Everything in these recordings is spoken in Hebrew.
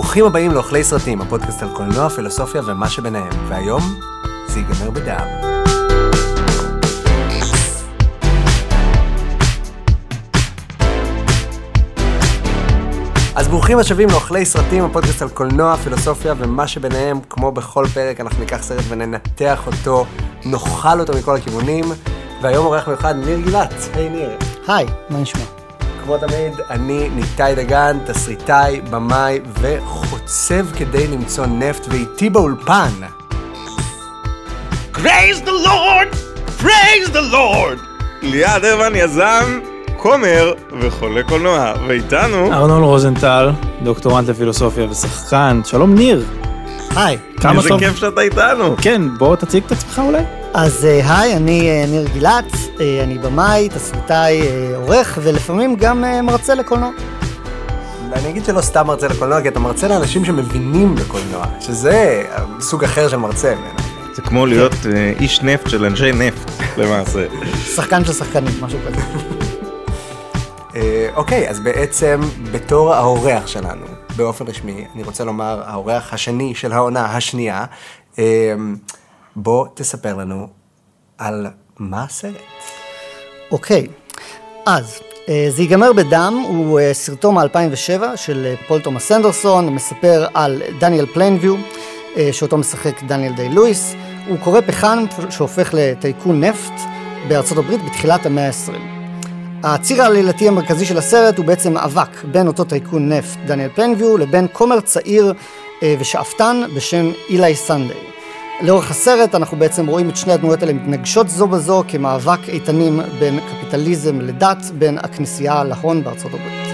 ברוכים הבאים לאוכלי סרטים, הפודקאסט על קולנוע, פילוסופיה ומה שביניהם. והיום זה ייגמר בדם. אז ברוכים השבים לאוכלי סרטים, הפודקאסט על קולנוע, פילוסופיה ומה שביניהם. כמו בכל פרק אנחנו ניקח סרט וננתח אותו, נאכל אותו מכל הכיוונים. והיום עורך מיוחד ניר גילת. היי ניר. היי, מה נשמע? כמו תמיד, אני ניתאי דגן, תסריטאי, במאי וחוצב כדי למצוא נפט, ואיתי באולפן. Praise the Lord! Praise the Lord! ליעד אבן יזם, כומר וחולה קולנוע, ואיתנו ארנון רוזנטל, דוקטורנט לפילוסופיה ושחקן. שלום ניר. היי. איזה כיף שאתה איתנו. כן, בוא תציג את עצמך אולי. אז היי, אני ניר גילת, אני במאי, תסריטאי, עורך, ולפעמים גם מרצה לקולנוע. ואני אגיד שלא סתם מרצה לקולנוע, כי אתה מרצה לאנשים שמבינים בקולנוע, שזה סוג אחר של מרצה. זה כמו להיות איש נפט של אנשי נפט, למעשה. שחקן של שחקנים, משהו כזה. אוקיי, אז בעצם בתור האורח שלנו, באופן רשמי, אני רוצה לומר, האורח השני של העונה השנייה, בוא תספר לנו על מה הסרט. אוקיי, אז זה ייגמר בדם, הוא סרטו מ-2007 של פול תומאס אנדרסון, מספר על דניאל פליינביו, שאותו משחק דניאל דיי לואיס. הוא קורא פחם שהופך לטייקון נפט בארצות הברית בתחילת המאה ה-20. הציר העלילתי המרכזי של הסרט הוא בעצם מאבק בין אותו טייקון נפט דניאל פליינביו לבין כומר צעיר ושאפתן בשם אילי סנדיי. לאורך הסרט אנחנו בעצם רואים את שני הדמויות האלה מתנגשות זו בזו כמאבק איתנים בין קפיטליזם לדת, בין הכנסייה להון בארצות הברית.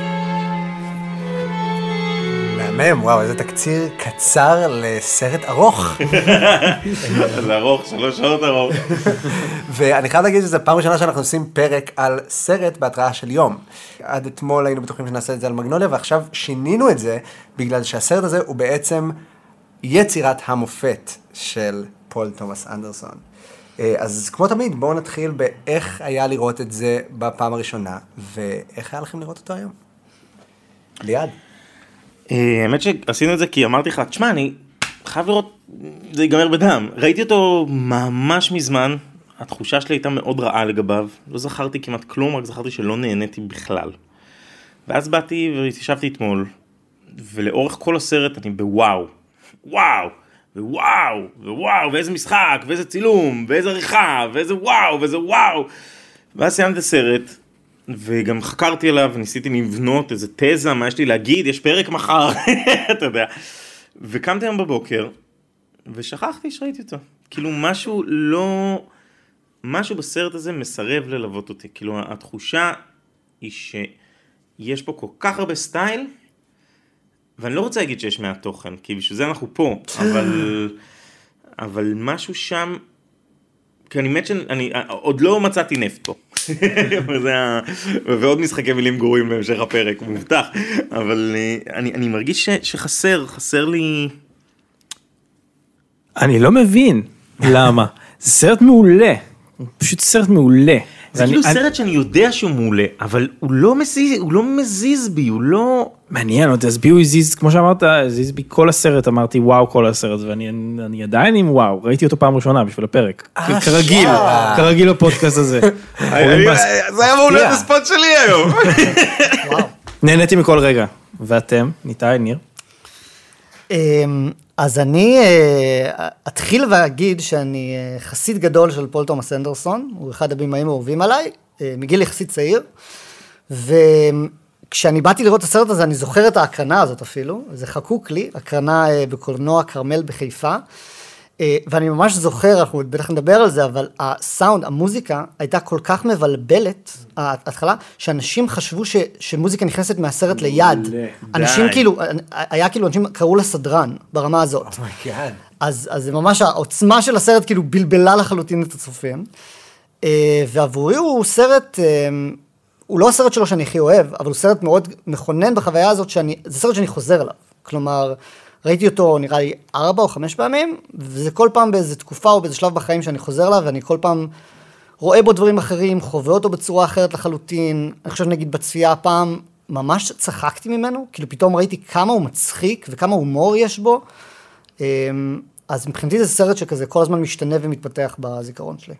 מהמם, וואו, איזה תקציר קצר לסרט ארוך. זה ארוך, 3 שעות ארוך. ואני חייב להגיד שזו פעם ראשונה שאנחנו עושים פרק על סרט בהתראה של יום. עד אתמול היינו בטוחים שנעשה את זה על מגנוליה, ועכשיו שינינו את זה בגלל שהסרט הזה הוא בעצם יצירת המופת של פול תומאס אנדרסון. אז כמו תמיד, בואו נתחיל באיך היה לראות את זה בפעם הראשונה, ואיך היה לכם לראות אותו היום. ליעד. האמת שעשינו את זה כי אמרתי לך, תשמע, אני חייב לראות, זה ייגמר בדם. ראיתי אותו ממש מזמן, התחושה שלי הייתה מאוד רעה לגביו, לא זכרתי כמעט כלום, רק זכרתי שלא נהניתי בכלל. ואז באתי והתיישבתי אתמול, ולאורך כל הסרט אני בוואו, וואו, ווואו, ווואו, ואיזה משחק, ואיזה צילום, ואיזה עריכה, ואיזה וואו, ואיזה וואו. ואז סיימתי את הסרט, וגם חקרתי עליו, וניסיתי לבנות איזה תזה, מה יש לי להגיד, יש פרק מחר, אתה יודע. וקמתי היום בבוקר, ושכחתי שראיתי אותו. כאילו משהו בסרט הזה מסרב ללוות אותי. כאילו התחושה היא שיש פה כל כך הרבה סטייל, ואני לא רוצה להגיד שיש מהתוכן, כי בשביל זה אנחנו פה, אבל משהו שם, כי אני מת שאני עוד לא מצאתי נפט פה. ועוד משחקי מילים גרועים בהמשך הפרק, מובטח. אבל אני מרגיש חסר לי... אני לא מבין למה. זה סרט מעולה. פשוט סרט מעולה. זה כאילו סרט שאני יודע שהוא מעולה, אבל הוא לא מזיז בי, הוא לא... מעניין, אז בי הוא הזיז, כמו שאמרת, הזיז בי כל הסרט, אמרתי וואו כל הסרט, ואני עדיין עם וואו, ראיתי אותו פעם ראשונה בשביל הפרק, כרגיל בפודקאסט הזה. זה היה מעולה את הספוט שלי היום. נהניתי מכל רגע, ואתם, ניתאי, ניר? אז אני אתחיל ואגיד שאני חסיד גדול של פול תומאס אנדרסון, הוא אחד הבימאים האהובים עליי, מגיל יחסית צעיר, וכשאני באתי לראות את הסרט הזה, אני זוכר את ההקרנה הזאת אפילו, זה חקוק לי, הקרנה בקולנוע כרמל בחיפה, ואני ממש זוכר, אנחנו בטח נדבר על זה, אבל הסאונד, המוזיקה, הייתה כל כך מבלבלת, ההתחלה, שאנשים חשבו שמוזיקה נכנסת מהסרט ליד. אנשים כאילו, היה כאילו, אנשים קראו לסדרן, ברמה הזאת. אז זה ממש, העוצמה של הסרט כאילו בלבלה לחלוטין את הצופים. ועבורי הוא סרט, הוא לא הסרט שלו שאני הכי אוהב, אבל הוא סרט מאוד מכונן בחוויה הזאת, זה סרט שאני חוזר אליו. כלומר, ראיתי אותו נראה לי 4 או 5 פעמים, וזה כל פעם באיזו תקופה או באיזה שלב בחיים שאני חוזר לה, ואני כל פעם רואה בו דברים אחרים, חווה אותו בצורה אחרת לחלוטין. אני חושב שנגיד בצפייה הפעם, ממש צחקתי ממנו, כאילו פתאום ראיתי כמה הוא מצחיק וכמה הומור יש בו, אז מבחינתי זה סרט שכזה כל הזמן משתנה ומתפתח בזיכרון שלי.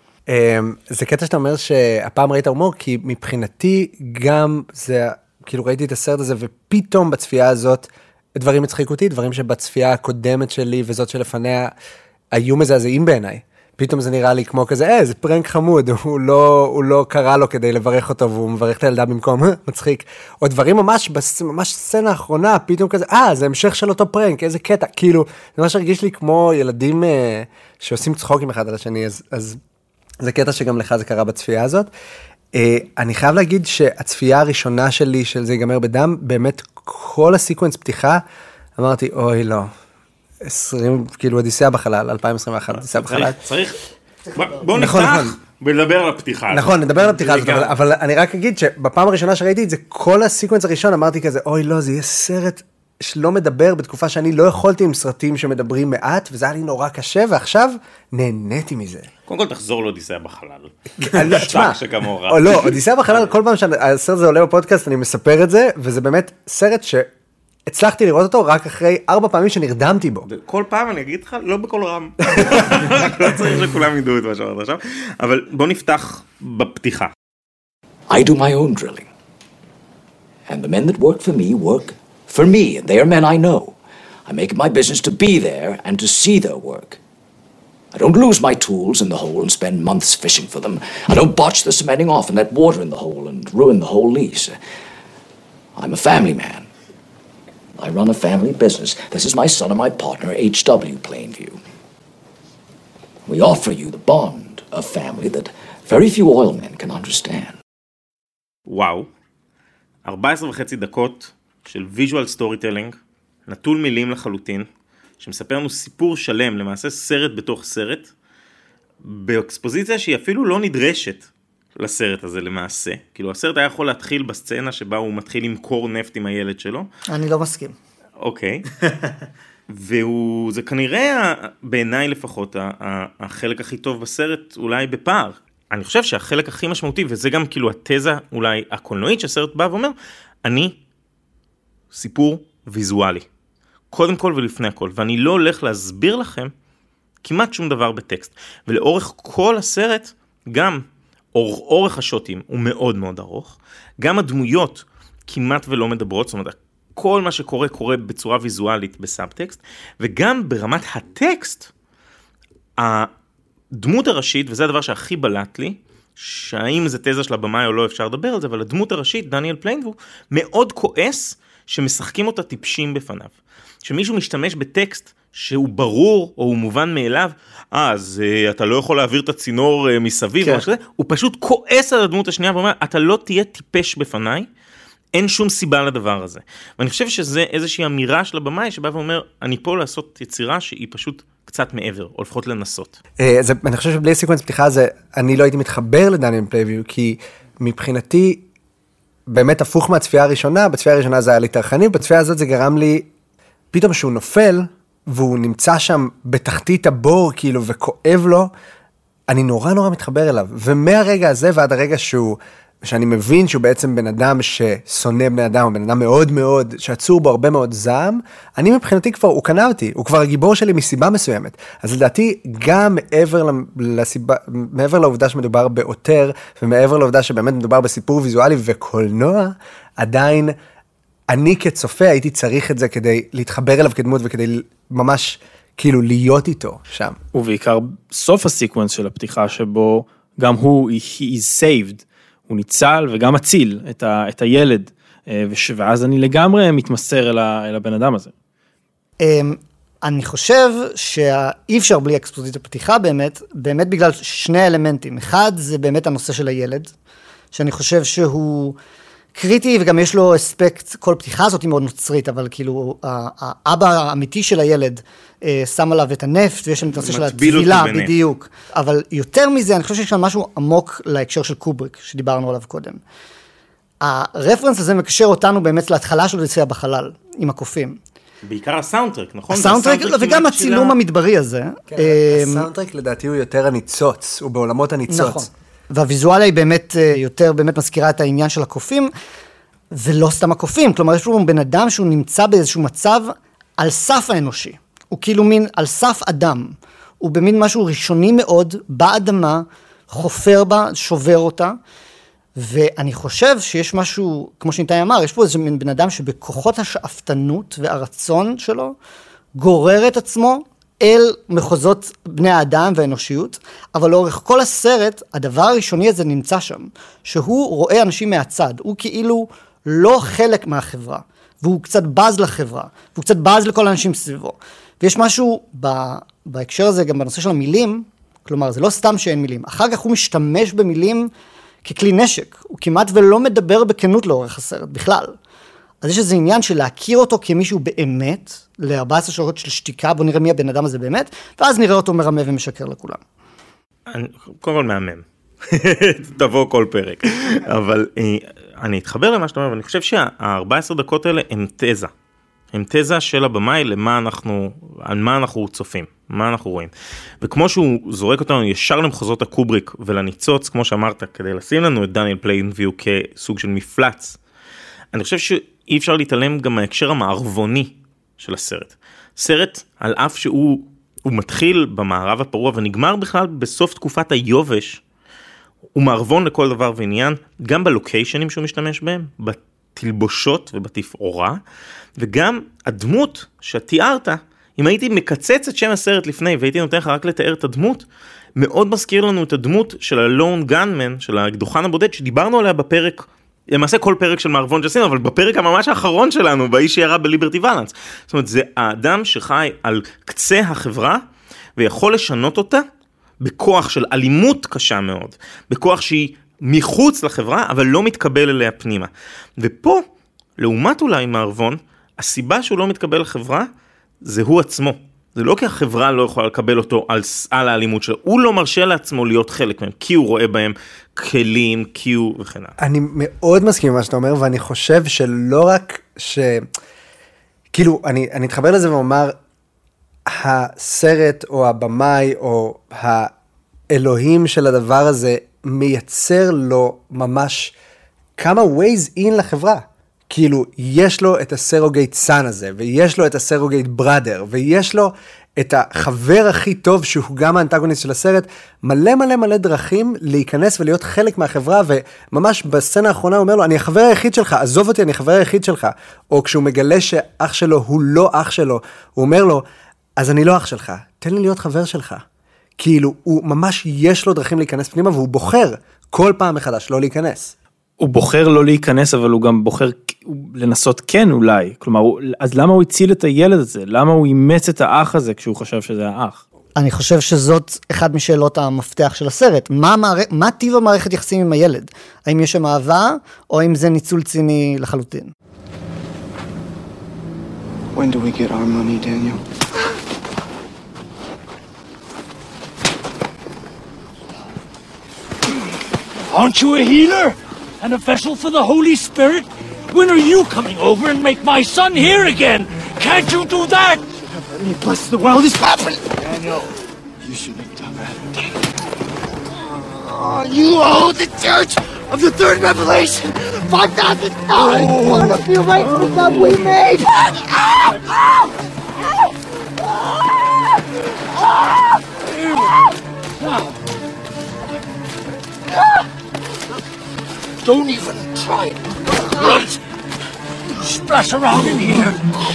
זה קטע שאתה אומר שהפעם ראית הומור, כי מבחינתי גם זה, כאילו ראיתי את הסרט הזה, ופתאום בצפייה הזאת, דברים הצחיקו אותי, דברים שבצפייה הקודמת שלי וזאת שלפניה, היו מזעזעים בעיניי. פתאום זה נראה לי כמו כזה, זה פרנק חמוד, הוא לא קרא לו כדי לברך אותו, והוא מברך את הילדה במקום, מצחיק. או דברים ממש סצנה האחרונה, פתאום כזה, זה המשך של אותו פרנק, איזה קטע. כאילו, זה ממש הרגיש לי כמו ילדים שעושים צחוקים אחד על השני, אז זה קטע שגם לך זה קרה בצפייה הזאת. אני חייב להגיד שהצפייה הראשונה שלי של זה ייגמר בדם, באמת כל הסיקוונס פתיחה, אמרתי, אוי לא, 20, כאילו אודיסאה בחלל, 2021, אודיסאה בחלל. צריך, בוא נפתח ולדבר על הפתיחה. נכון, נדבר על הפתיחה הזאת, אבל אני רק אגיד שבפעם הראשונה שראיתי את זה, כל הסיקוונס הראשון אמרתי כזה, אוי לא, זה יהיה סרט שלא מדבר בתקופה שאני לא יכולתי עם סרטים שמדברים מעט, וזה היה לי נורא קשה, ועכשיו נהניתי מזה. קודם כל תחזור לאודיסאה בחלל. תשמע, לא, אודיסאה בחלל, כל פעם שהסרט הזה עולה בפודקאסט, אני מספר את זה, וזה באמת סרט שהצלחתי לראות אותו רק אחרי 4 פעמים שנרדמתי בו. כל פעם אני אגיד לך, לא בכל רם. לא צריך שכולם ידעו את מה שאמרת עכשיו, אבל בוא נפתח בפתיחה. I do my own drilling. And the men that work for me work for me, and they are men I know. I make it my business to be there and to see their work. I don't lose my tools in the hole and spend months fishing for them. I don't botch the cementing off and let water in the hole and ruin the whole lease. I'm a family man. I run a family business. This is my son and my partner, H.W. Plainview. We offer you the bond of family that very few oil men can understand. וואו, 14.5 דקות של ויז'ואל סטורי טלינג, נטול מילים לחלוטין, שמספר לנו סיפור שלם, למעשה סרט בתוך סרט, באקספוזיציה שהיא אפילו לא נדרשת לסרט הזה למעשה. כאילו הסרט היה יכול להתחיל בסצנה שבה הוא מתחיל למכור נפט עם הילד שלו. אני לא מסכים. אוקיי. וזה כנראה, בעיניי לפחות, החלק הכי טוב בסרט, אולי בפער. אני חושב שהחלק הכי משמעותי, וזה גם כאילו התזה אולי הקולנועית שהסרט בא ואומר, אני סיפור ויזואלי. קודם כל ולפני הכל. ואני לא הולך להסביר לכם כמעט שום דבר בטקסט. ולאורך כל הסרט, גם אורך השוטים הוא מאוד מאוד ארוך. גם הדמויות כמעט ולא מדברות. זאת אומרת, כל מה שקורה קורה בצורה ויזואלית בסאבטקסט. וגם ברמת הטקסט, הדמות הראשית, וזה הדבר שהכי בלט לי, שהאם זה תזה של הבמאי או לא אפשר לדבר על זה, אבל הדמות הראשית, דניאל פליינבו, מאוד כועס שמשחקים אותה טיפשים בפניו. שמישהו משתמש בטקסט שהוא ברור או הוא מובן מאליו, אז אתה לא יכול להעביר את הצינור מסביב, כן. הוא פשוט כועס על הדמות השנייה ואומר, אתה לא תהיה טיפש בפניי, אין שום סיבה לדבר הזה. ואני חושב שזה איזושהי אמירה של הבמאי שבא ואומר, אני פה לעשות יצירה שהיא פשוט קצת מעבר, או לפחות לנסות. אני חושב שבלי סיקוונס פתיחה הזה, אני לא הייתי מתחבר לדניאל פליינבו, כי מבחינתי, באמת הפוך מהצפייה הראשונה, בצפייה הראשונה זה היה לי טרחני, בצפייה הזאת זה גרם לי, פתאום שהוא נופל, והוא נמצא שם בתחתית הבור, כאילו, וכואב לו, אני נורא מתחבר אליו. ומהרגע הזה ועד הרגע שאני מבין שהוא בעצם בן אדם ששונא בני אדם, הוא בן אדם מאוד מאוד, שעצור בו הרבה מאוד זעם, אני מבחינתי כבר, הוא קנה אותי, הוא כבר הגיבור שלי מסיבה מסוימת. אז לדעתי, גם מעבר לעובדה שמדובר באותר, ומעבר לעובדה שבאמת מדובר בסיפור ויזואלי וקולנוע, עדיין אני כצופה הייתי צריך את זה כדי להתחבר אליו כדמות, וכדי ממש כאילו להיות איתו שם. ובעיקר סוף הסיקוונס של הפתיחה, שבו גם הוא, he is saved, הוא ניצל וגם מציל את הילד, ואז אני לגמרי מתמסר אל הבן אדם הזה. אני חושב שאי אפשר בלי אקספוזיציה פתיחה באמת בגלל שני אלמנטים. אחד זה באמת הנושא של הילד, שאני חושב שהוא קריטי, וגם יש לו אספקט, כל פתיחה הזאת היא מאוד נוצרית, אבל כאילו האבא האמיתי של הילד שם עליו את הנפט, ויש שם את הנושא של התבילה, בדיוק. אבל יותר מזה, אני חושב שיש שם משהו עמוק להקשר של קובריק, שדיברנו עליו קודם. הרפרנס הזה מקשר אותנו באמת להתחלה של אודיסאה בחלל, עם הקופים. בעיקר הסאונדטרק, נכון? הסאונדטרק, וגם הצילום המדברי הזה. הסאונדטרק לדעתי הוא יותר הניצוץ, הוא בעולמות הניצוץ. נכון. והוויזואליה היא באמת יותר, באמת מזכירה את העניין של הקופים. ולא סתם הקופים, כלומר יש פה בן אדם שהוא נמצא באיזשהו מצב על סף האנושי, הוא כאילו מין על סף אדם, הוא במין משהו ראשוני מאוד, באדמה, חופר בה, שובר אותה, ואני חושב שיש משהו, כמו שניתאי אמר, יש פה איזה מין בן אדם שבכוחות השאפתנות והרצון שלו, גורר את עצמו אל מחוזות בני האדם והאנושיות, אבל לאורך כל הסרט, הדבר הראשוני הזה נמצא שם, שהוא רואה אנשים מהצד, הוא כאילו לא חלק מהחברה, והוא קצת בז לחברה, והוא קצת בז לכל האנשים סביבו. ויש משהו בהקשר הזה, גם בנושא של המילים, כלומר, זה לא סתם שאין מילים, אחר כך הוא משתמש במילים ככלי נשק, הוא כמעט ולא מדבר בכנות לאורך הסרט, בכלל. אז יש איזה עניין של להכיר אותו כמישהו באמת, ל-14 שעות של שתיקה, בוא נראה מי הבן אדם הזה באמת, ואז נראה אותו מרמה ומשקר לכולם. קודם כל מהמם. תבוא כל פרק. אבל אני אתחבר למה שאתה אומר, ואני חושב שה-14 דקות האלה הם תזה. הם תזה של הבמאי על מה אנחנו צופים, מה אנחנו רואים. וכמו שהוא זורק אותנו ישר למחוזות הקובריק ולניצוץ, כמו שאמרת, כדי לשים לנו את דניאל פליינביו כסוג של מפלץ, אני חושב שאי אפשר להתעלם גם מההקשר המערבוני של הסרט. סרט, על אף שהוא מתחיל במערב הפרוע ונגמר בכלל בסוף תקופת היובש, הוא מערבון לכל דבר ועניין, גם בלוקיישנים שהוא משתמש בהם, בתלבושות ובתפאורה, וגם הדמות שתיארת, אם הייתי מקצץ את שם הסרט לפני והייתי נותן לך רק לתאר את הדמות, מאוד מזכיר לנו את הדמות של הלון גנמן, של הדוכן הבודד, שדיברנו עליה בפרק, למעשה כל פרק של מערבון שעשינו, אבל בפרק הממש האחרון שלנו, באיש שירה בליברטי ולנס. זאת אומרת, זה האדם שחי על קצה החברה, ויכול לשנות אותה בכוח של אלימות קשה מאוד, בכוח שהיא מחוץ לחברה, אבל לא מתקבל אליה פנימה. ופה, לעומת אולי מערבון, הסיבה שהוא לא מתקבל לחברה, זה הוא עצמו. זה לא כי החברה לא יכולה לקבל אותו על האלימות שלו, הוא לא מרשה לעצמו להיות חלק מהם, כי הוא רואה בהם כלים, כי הוא וכן הלאה. אני מאוד מסכים עם מה שאתה אומר, ואני חושב שלא רק כאילו, אני אתחבר לזה ואומר, הסרט או הבמאי או האלוהים של הדבר הזה, מייצר לו ממש כמה ways in לחברה. כאילו, יש לו את הסרוגייט סן הזה, ויש לו את הסרוגייט בראדר, ויש לו את החבר הכי טוב, שהוא גם האנטגוניסט של הסרט, מלא מלא מלא דרכים להיכנס ולהיות חלק מהחברה, וממש בסצנה האחרונה הוא אומר לו, אני החבר היחיד שלך, עזוב אותי, אני החבר היחיד שלך. או כשהוא מגלה שאח שלו הוא לא אח שלו, הוא אומר לו, אז אני לא אח שלך, תן לי להיות חבר שלך. כאילו, הוא ממש יש לו דרכים להיכנס פנימה, והוא בוחר כל פעם מחדש לא להיכנס. הוא בוחר לא להיכנס, אבל הוא גם בוחר לנסות כן אולי. כלומר, אז למה הוא הציל את הילד הזה? למה הוא אימץ את האח הזה כשהוא חשב שזה האח? אני חושב שזאת אחד משאלות המפתח של הסרט. מה טיב המערכת יחסים עם הילד? האם יש שם אהבה, או האם זה ניצול ציני לחלוטין? When do we get our money, Daniel? Aren't you a healer? And a vessel for the Holy Spirit? When are you coming over and make my son here again? Can't you do that? Let me bless the world is happening. Daniel, you shouldn't have done that. You owe the church of the third revelation $5,000. One of the arrangements that we made. Don't even try it. Right. Splash around in here.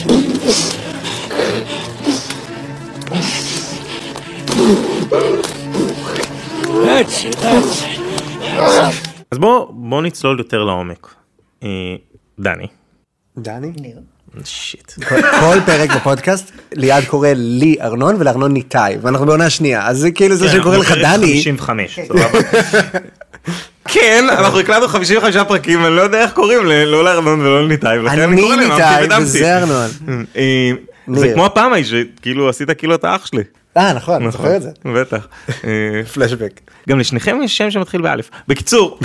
That's it, that's it. אז בוא נצלול יותר לעומק. דני. דני? ניר. שיט. כל פרק בפודקאסט, ליעד קורא לי ארנון ולארנון ניתאי, ואנחנו בעונה שנייה, אז זה כאילו זה שקורא לך דני. 55, כן, אנחנו הקלטנו 55 פרקים, אני לא יודע איך קוראים, לא לארנון ולא לניתאי, ולכן אני קורא להם, ניתאי וזה ארנון. זה כמו הפעם ההיא, שכאילו עשית כאילו את האח שלי. נכון, אני זוכר את זה. בטח. פלשבק. גם לשניכם יש שם שמתחיל באלף. בקיצור,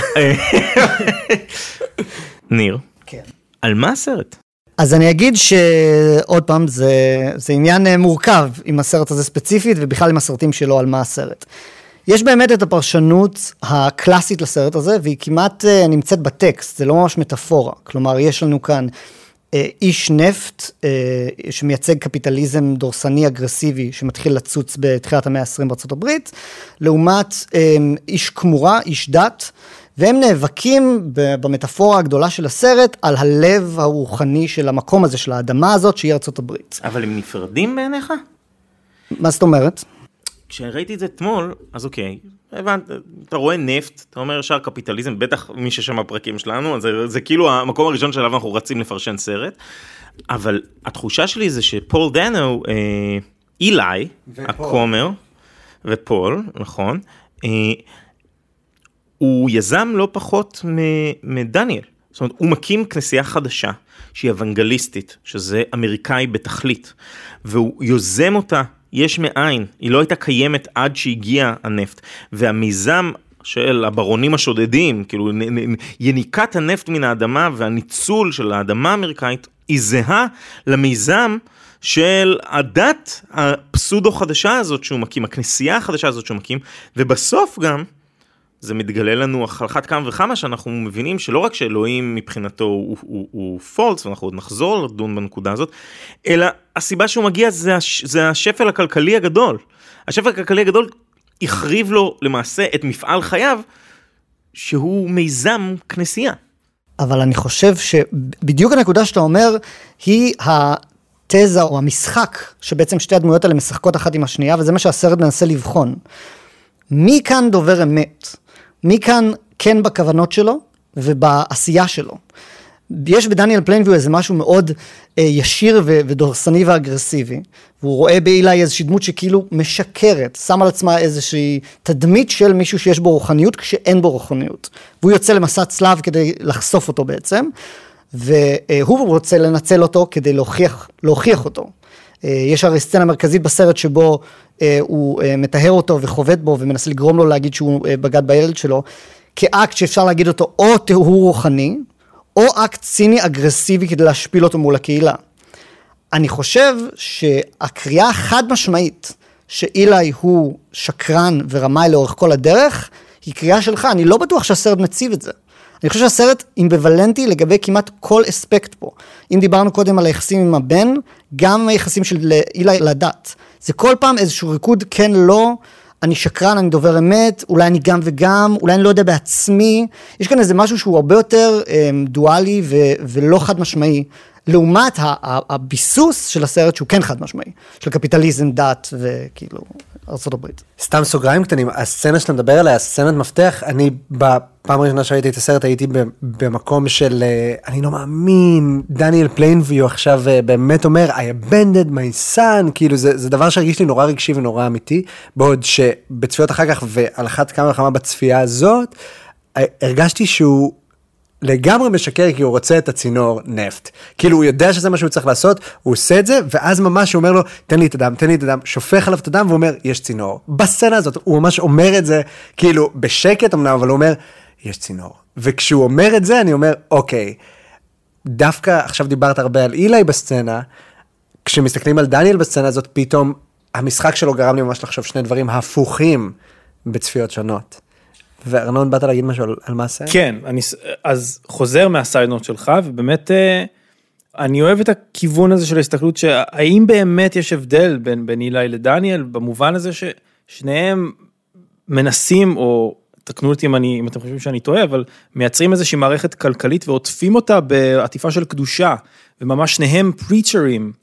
ניר, על מה הסרט? אז אני אגיד שעוד פעם, זה עניין מורכב עם הסרט הזה ספציפית, ובכלל עם הסרטים שלו על מה הסרט. יש באמת את הפרשנות הקלאסית לסרט הזה, והיא כמעט נמצאת בטקסט, זה לא ממש מטאפורה. כלומר, יש לנו כאן איש נפט שמייצג קפיטליזם דורסני אגרסיבי שמתחיל לצוץ בתחילת המאה ה-20 בארצות הברית, לעומת איש כמורה, איש דת, והם נאבקים במטאפורה הגדולה של הסרט על הלב הרוחני של המקום הזה, של האדמה הזאת, שהיא ארצות הברית. אבל הם נפרדים בעיניך? מה זאת אומרת? כשראיתי את זה אתמול, אז אוקיי, הבנת, אתה רואה נפט, אתה אומר שער קפיטליזם, בטח מי ששמע פרקים שלנו, זה כאילו המקום הראשון שלנו אנחנו רצים לפרשן סרט, אבל התחושה שלי זה שפול דנו, אילי, הכומר, ופול, נכון, הוא יזם לא פחות מדניאל, זאת אומרת, הוא מקים כנסייה חדשה, שהיא אוונגליסטית, שזה אמריקאי בתכלית, והוא יוזם אותה, יש מאין, היא לא הייתה קיימת עד שהגיע הנפט, והמיזם של הברונים השודדים, כאילו יניקת הנפט מן האדמה והניצול של האדמה האמריקאית, היא זהה למיזם של הדת הפסודו חדשה הזאת שהוא מקים, הכנסייה החדשה הזאת שהוא מקים, ובסוף גם, זה מתגלה לנו אחת כמה וכמה שאנחנו מבינים שלא רק שאלוהים מבחינתו הוא פולס, ואנחנו עוד נחזור לדון בנקודה הזאת, אלא הסיבה שהוא מגיע זה השפל הכלכלי הגדול. השפל הכלכלי הגדול החריב לו למעשה את מפעל חייו, שהוא מיזם כנסייה. אבל אני חושב שבדיוק הנקודה שאתה אומר, היא התזה או המשחק, שבעצם שתי הדמויות האלה משחקות אחת עם השנייה, וזה מה שהסרט מנסה לבחון. מי כאן דובר אמת? מי כאן כן בכוונות שלו ובעשייה שלו? יש בדניאל פליינביו איזה משהו מאוד ישיר ודורסני ואגרסיבי, והוא רואה באילי איזושהי דמות שכאילו משקרת, שם על עצמה איזושהי תדמית של מישהו שיש בו רוחניות כשאין בו רוחניות. והוא יוצא למסע צלב כדי לחשוף אותו בעצם, והוא רוצה לנצל אותו כדי להוכיח אותו. יש הרי סצנה מרכזית בסרט שבו הוא מטהר אותו וחובט בו ומנסה לגרום לו להגיד שהוא בגד בילד שלו, כאקט שאפשר להגיד אותו או טהור רוחני, או אקט ציני אגרסיבי כדי להשפיל אותו מול הקהילה. אני חושב שהקריאה החד משמעית שאילי הוא שקרן ורמאי לאורך כל הדרך, היא קריאה שלך, אני לא בטוח שהסרט מציב את זה. אני חושב שהסרט אמביוולנטי לגבי כמעט כל אספקט פה. אם דיברנו קודם על היחסים עם הבן, גם היחסים של אילי לדת. זה כל פעם איזשהו ריקוד, כן, לא, אני שקרן, אני דובר אמת, אולי אני גם וגם, אולי אני לא יודע בעצמי. יש כאן איזה משהו שהוא הרבה יותר דואלי ולא חד משמעי, לעומת הביסוס של הסרט שהוא כן חד משמעי, של קפיטליזם, דת וכאילו ארצות הברית. סתם סוגריים קטנים, הסצנה שאתה מדבר עליה, הסצנת מפתח, אני בפעם הראשונה שראיתי את הסרט, הייתי במקום של, אני לא מאמין, דניאל פליינביו עכשיו באמת אומר, I abandoned my son, כאילו זה דבר שהרגיש לי נורא רגשי ונורא אמיתי, בעוד שבצפיות אחר כך, ועל אחת כמה וכמה בצפייה הזאת, הרגשתי שהוא לגמרי משקר כי הוא רוצה את הצינור נפט. כאילו הוא יודע שזה מה שהוא צריך לעשות, הוא עושה את זה, ואז ממש הוא אומר לו, תן לי את הדם, תן לי את הדם, שופך עליו את הדם, והוא אומר, יש צינור. בסצנה הזאת, הוא ממש אומר את זה, כאילו בשקט אמנם, אבל הוא אומר, יש צינור. וכשהוא אומר את זה, אני אומר, אוקיי, דווקא עכשיו דיברת הרבה על אילי בסצנה, כשמסתכלים על דניאל בסצנה הזאת, פתאום המשחק שלו גרם לי ממש לחשוב שני דברים הפוכים בצפיות שונות. וארנון, באת להגיד משהו על מה זה? כן, אז חוזר מהסיידנוט שלך, ובאמת אני אוהב את הכיוון הזה של ההסתכלות, שהאם באמת יש הבדל בין אילי לדניאל, במובן הזה ששניהם מנסים, או תקנו אותי אם אתם חושבים שאני טועה, אבל מייצרים איזושהי מערכת כלכלית, ועוטפים אותה בעטיפה של קדושה, וממש שניהם פריצ'רים,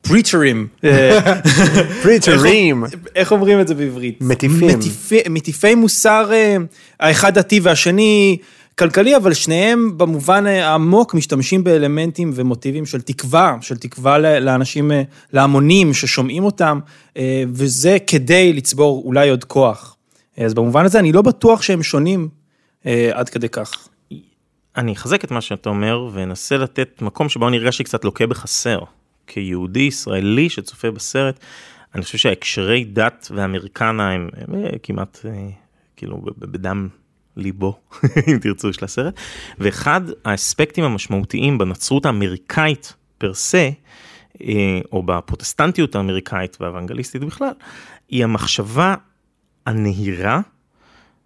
איך אומרים את זה בעברית? מטיפי מוסר, האחד דתי והשני כלכלי, אבל שניהם במובן העמוק משתמשים באלמנטים ומוטיבים של תקווה לאנשים, להמונים ששומעים אותם, וזה כדי לצבור אולי עוד כוח. אז במובן הזה אני לא בטוח שהם שונים עד כדי כך. אני אחזק את מה שאתה אומר, ונסה לתת מקום שבו אני הרגשתי קצת לוקה בחסר. כיהודי ישראלי שצופה בסרט, אני חושב שההקשרי דת והאמריקנה הם כמעט כאילו בדם ליבו, אם תרצו, של הסרט. ואחד האספקטים המשמעותיים בנצרות האמריקאית פר סה, או בפרוטסטנטיות האמריקאית והאוונגליסטית בכלל, היא המחשבה הנהירה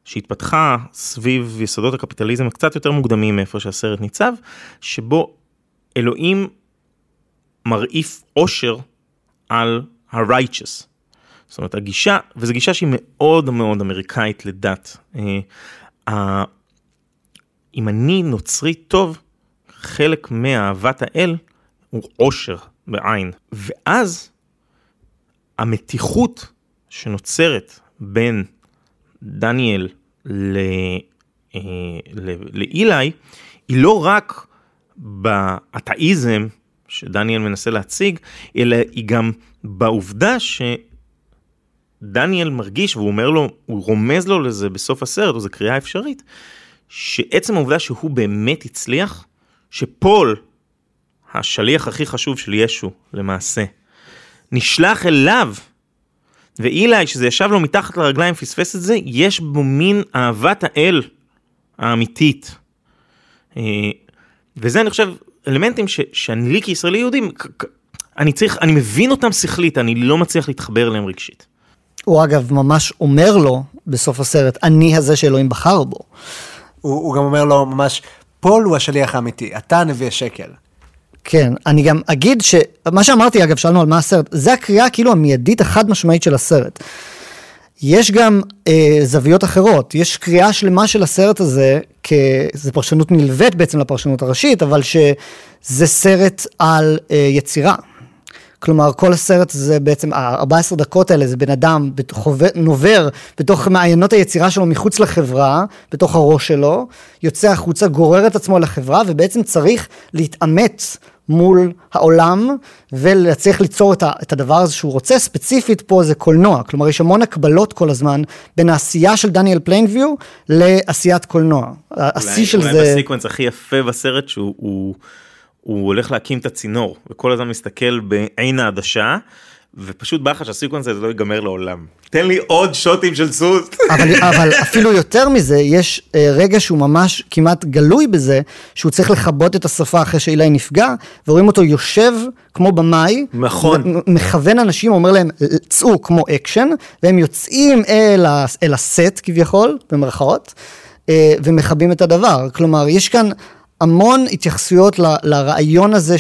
שהתפתחה סביב יסודות הקפיטליזם הקצת יותר מוקדמים מאיפה שהסרט ניצב, שבו אלוהים מרעיף עושר על ה-righteous. זאת אומרת, הגישה, וזו גישה שהיא מאוד מאוד אמריקאית לדת. אם אני נוצרי טוב, חלק מאהבת האל הוא עושר בעין. ואז המתיחות שנוצרת בין דניאל לאילי, היא לא רק באתאיזם שדניאל מנסה להציג, אלא היא גם בעובדה שדניאל מרגיש, והוא אומר לו, הוא רומז לו לזה בסוף הסרט, או זו קריאה אפשרית, שעצם העובדה שהוא באמת הצליח, שפול, השליח הכי חשוב של ישו למעשה, נשלח אליו, ואילי, שזה ישב לו מתחת לרגליים, פספס את זה, יש בו מין אהבת האל האמיתית. וזה אני חושב, אלמנטים שאני לי כישראלי יהודים, אני מבין אותם שכלית, אני לא מצליח להתחבר להם רגשית. הוא אגב ממש אומר לו בסוף הסרט, אני הזה שאלוהים בחר בו. הוא גם אומר לו ממש, פול הוא השליח האמיתי, אתה נביא השקל. כן, אני גם אגיד שמה שאמרתי, אגב, שאלנו על מה הסרט, זה הקריאה כאילו המיידית החד משמעית של הסרט. יש גם זוויות אחרות, יש קריאה שלמה של הסרט הזה, זה פרשנות נלווית בעצם לפרשנות הראשית, אבל שזה סרט על יצירה. כלומר, כל הסרט זה בעצם, 14 דקות האלה, זה בן אדם נובר בתוך מעיינות היצירה שלו מחוץ לחברה, בתוך הראש שלו, יוצא החוצה, גורר את עצמו לחברה, ובעצם צריך להתאמץ מול העולם, ולהצליח ליצור את הדבר הזה שהוא רוצה. ספציפית פה זה קולנוע, כלומר יש המון הקבלות כל הזמן, בין העשייה של דניאל פליינביו, לעשיית קולנוע. השיא של זה... אולי בסיקוונס הכי יפה בסרט, שהוא הולך להקים את הצינור, וכל הזמן מסתכל בעין העדשה, ופשוט בא לך שהסיקוונס הזה לא ייגמר לעולם. תן לי עוד שוטים של סוס. אבל אפילו יותר מזה, יש רגע שהוא ממש כמעט גלוי בזה, שהוא צריך לכבות את השפה אחרי שאילי נפגע, ורואים אותו יושב כמו במאי, מכוון אנשים, אומר להם, צאו כמו אקשן, והם יוצאים אל הסט כביכול, במרכאות, ומחבים את הדבר. כלומר, יש כאן המון התייחסויות לרעיון הזה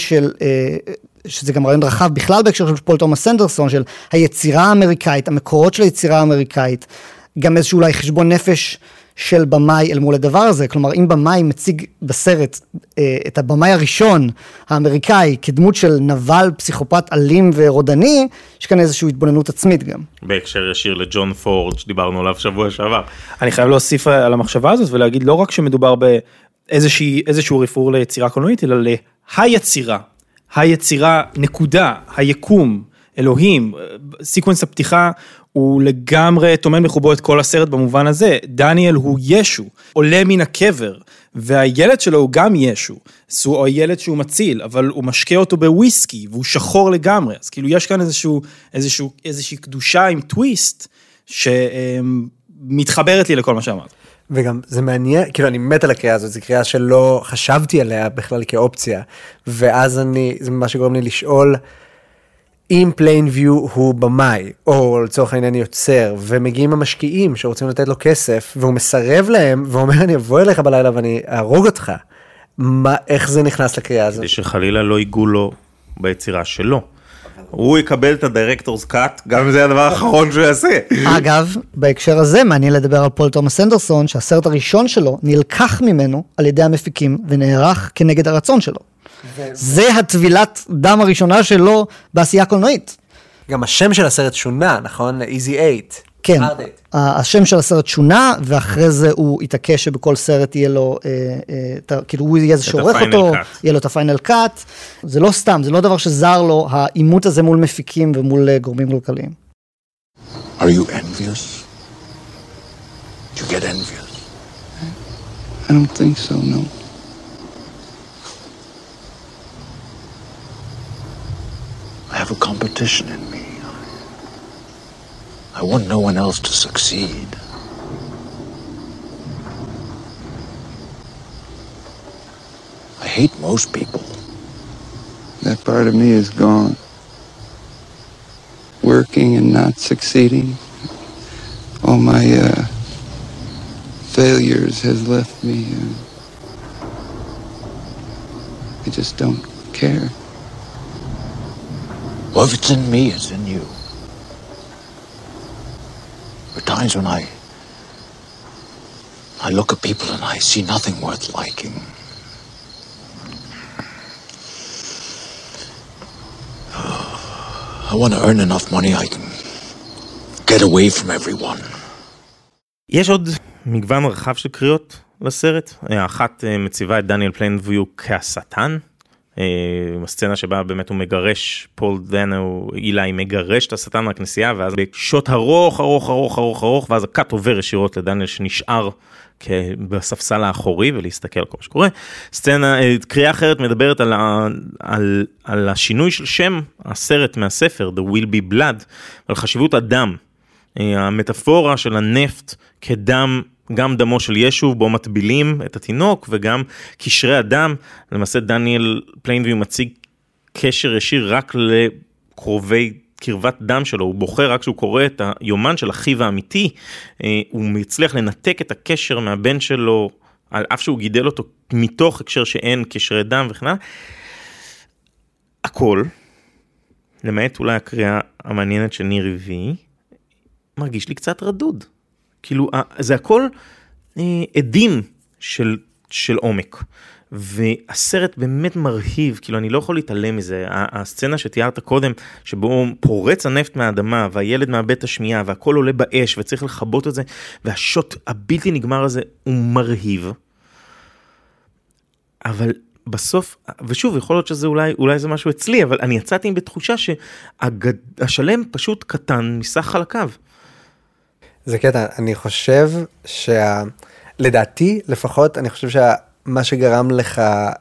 שזה גם רעיון רחב בכלל בהקשר של פול תומאס אנדרסון, של היצירה האמריקאית, המקורות של היצירה האמריקאית, גם איזשהו אולי חשבון נפש של במאי אל מול הדבר הזה. כלומר, אם במאי מציג בסרט את הבמאי הראשון האמריקאי כדמות של נבל, פסיכופת אלים ורודני, יש כאן איזושהי התבוננות עצמית גם. בהקשר ישיר לג'ון פורד שדיברנו עליו שבוע שעבר. אני חייב להוסיף על המחשבה הזאת ולהגיד לא רק שמדובר איזשהו רפור ליצירה קולנועית, אלא היצירה, נקודה, היקום, אלוהים, סיקוונס הפתיחה הוא לגמרי תומן מחובו את כל הסרט במובן הזה. דניאל הוא ישו, עולה מן הקבר, והילד שלו הוא גם ישו. הוא הילד שהוא מציל, אבל הוא משקה אותו בוויסקי, והוא שחור לגמרי. אז כאילו יש כאן איזושהי קדושה עם טוויסט, שמתחברת לי לכל מה שאמרת. וגם זה מעניין, כאילו אני מת על הקריאה הזאת, זו קריאה שלא חשבתי עליה בכלל כאופציה, ואז זה מה שגורם לי לשאול, אם פליינביו הוא במאי, או לצורך העניין יוצר, ומגיעים המשקיעים שרוצים לתת לו כסף, והוא מסרב להם, ואומר אני אבוא אליך בלילה ואני ארוג אותך, איך זה נכנס לקריאה הזאת? כדי שחלילה לא ייגעו לו ביצירה שלו. הוא יקבל את הדירקטורס קאט, גם אם זה הדבר האחרון שהוא יעשה. אגב, בהקשר הזה מעניין לדבר על פול תומאס אנדרסון, שהסרט הראשון שלו נלקח ממנו על ידי המפיקים, ונערך כנגד הרצון שלו. זה הטבילת דם הראשונה שלו בעשייה קולנועית. גם השם של הסרט שונה, נכון? Easy 8. כן, השם של הסרט שונה, ואחרי זה הוא יתעקש שבכל סרט יהיה לו, כאילו הוא יהיה זה שעורך אותו, יהיה לו את הפיינל קאט. זה לא סתם, זה לא דבר שזר לו, האימות הזה מול מפיקים ומול גורמים כלכליים. Are you envious? You get envious? I don't think so, no. I have a competition in me. I want no one else to succeed. I hate most people. That part of me is gone. Working and not succeeding. All my failures has left me. I just don't care. Well, if it's in me, it's in you. There are times when I look at people and I see nothing worth liking. I want to earn enough money I can get away from everyone. יש עוד מגוון רחב של קריאות לסרט. האחת מציבה את דניאל פליינוויו כהשטן. הסצנה שבה באמת הוא מגרש, פול דנו, אילי מגרש את השטן מהכנסייה, ואז בשוט ארוך, ואז הקאט עובר ישירות לדניאל שנשאר בספסל האחורי ולהסתכל על כל מה שקורה. סצנה, קריאה אחרת מדברת על השינוי של שם הסרט מהספר, The Will Be Blood, על חשיבות הדם, המטאפורה של הנפט כדם, גם דמו של ישו, בו מטבילים את התינוק, וגם קשרי הדם. למעשה דניאל פליינוויו מציג קשר ישיר רק לקרובי קרבת דם שלו, הוא בוחר רק כשהוא קורא את היומן של אחיו האמיתי, הוא מצליח לנתק את הקשר מהבן שלו, על אף שהוא גידל אותו מתוך הקשר שאין קשרי דם וכן הלאה. הכל, למעט אולי הקריאה המעניינת של ניר וי, מרגיש לי קצת רדוד. כאילו, זה הכל עדים של עומק. והסרט באמת מרהיב, כאילו אני לא יכול להתעלם מזה. הסצנה שתיארת קודם, שבו פורץ הנפט מהאדמה, והילד מאבד את השמיעה, והכל עולה באש, וצריך לחבות את זה, והשוט הבלתי נגמר הזה הוא מרהיב. אבל בסוף, ושוב, יכול להיות שזה אולי זה משהו אצלי, אבל אני יצאתי בתחושה שהשלם פשוט קטן מסך חלקיו. זה קטע, אני חושב לדעתי לפחות, אני חושב שמה שגרם לך,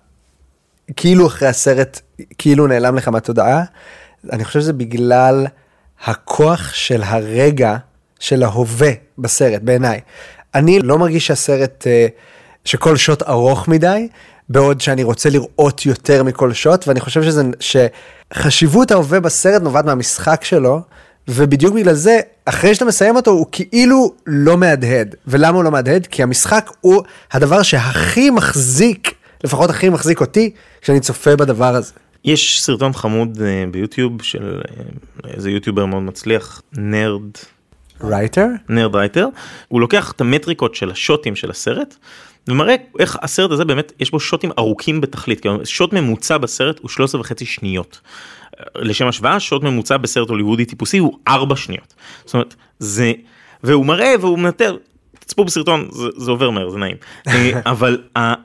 כאילו אחרי הסרט, כאילו נעלם לך מהתודעה, אני חושב שזה בגלל הכוח של הרגע, של ההווה בסרט, בעיניי. אני לא מרגיש שהסרט, שכל שוט ארוך מדי, בעוד שאני רוצה לראות יותר מכל שוט, ואני חושב שחשיבות ההווה בסרט נובעת מהמשחק שלו, ובדיוק בגלל זה, אחרי שאתה מסיים אותו, הוא כאילו לא מהדהד. ולמה הוא לא מהדהד? כי המשחק הוא הדבר שהכי מחזיק, לפחות הכי מחזיק אותי, כשאני צופה בדבר הזה. יש סרטון חמוד ביוטיוב של איזה יוטיובר מאוד מצליח, נרד רייטר. הוא לוקח את המטריקות של השוטים של הסרט, ומראה איך הסרט הזה באמת, יש בו שוטים ארוכים בתכלית, כי שוט ממוצע בסרט הוא 13.5 שניות. לשם השוואה, שוט ממוצע בסרט הוליוודי טיפוסי הוא 4 שניות. זאת אומרת, זה, והוא מראה והוא מנטר, תצפו בסרטון, זה עובר מהר, זה נעים. אבל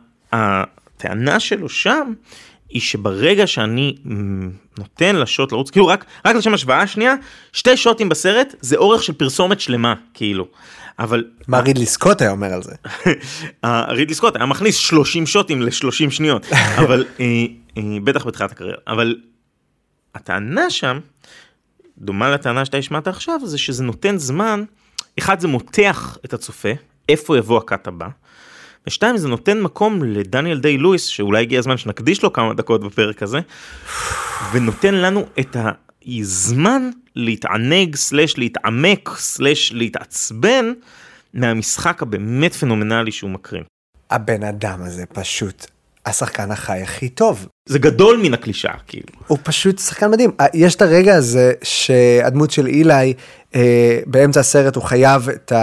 הטענה שלו שם, היא שברגע שאני נותן לשוט לרוץ, כאילו רק לשם השוואה השנייה, 2 שוטים בסרט, זה אורך של פרסומת שלמה, כאילו. אבל... מה רידלי סקוט היה אומר על זה? רידלי סקוט היה מכניס 30 שוטים ל-30 שניות, אבל בטח בתחילת הקריירה. אבל הטענה שם, דומה לטענה שאתה השמעת עכשיו, זה שזה נותן זמן, אחד זה מותח את הצופה, איפה יבוא הקאט הבא, ושתיים זה נותן מקום לדניאל דיי לואיס, שאולי הגיע הזמן שנקדיש לו כמה דקות בפרק הזה, ונותן לנו את הזמן להתענג, להתעמק, להתעצבן, מהמשחק הבאמת פנומנלי שהוא מקרין. הבן אדם הזה פשוט השחקן החי הכי טוב. זה גדול מן הקלישה, כאילו. הוא פשוט שחקן מדהים. יש את הרגע הזה שהדמות של אילי, באמצע הסרט הוא חייב את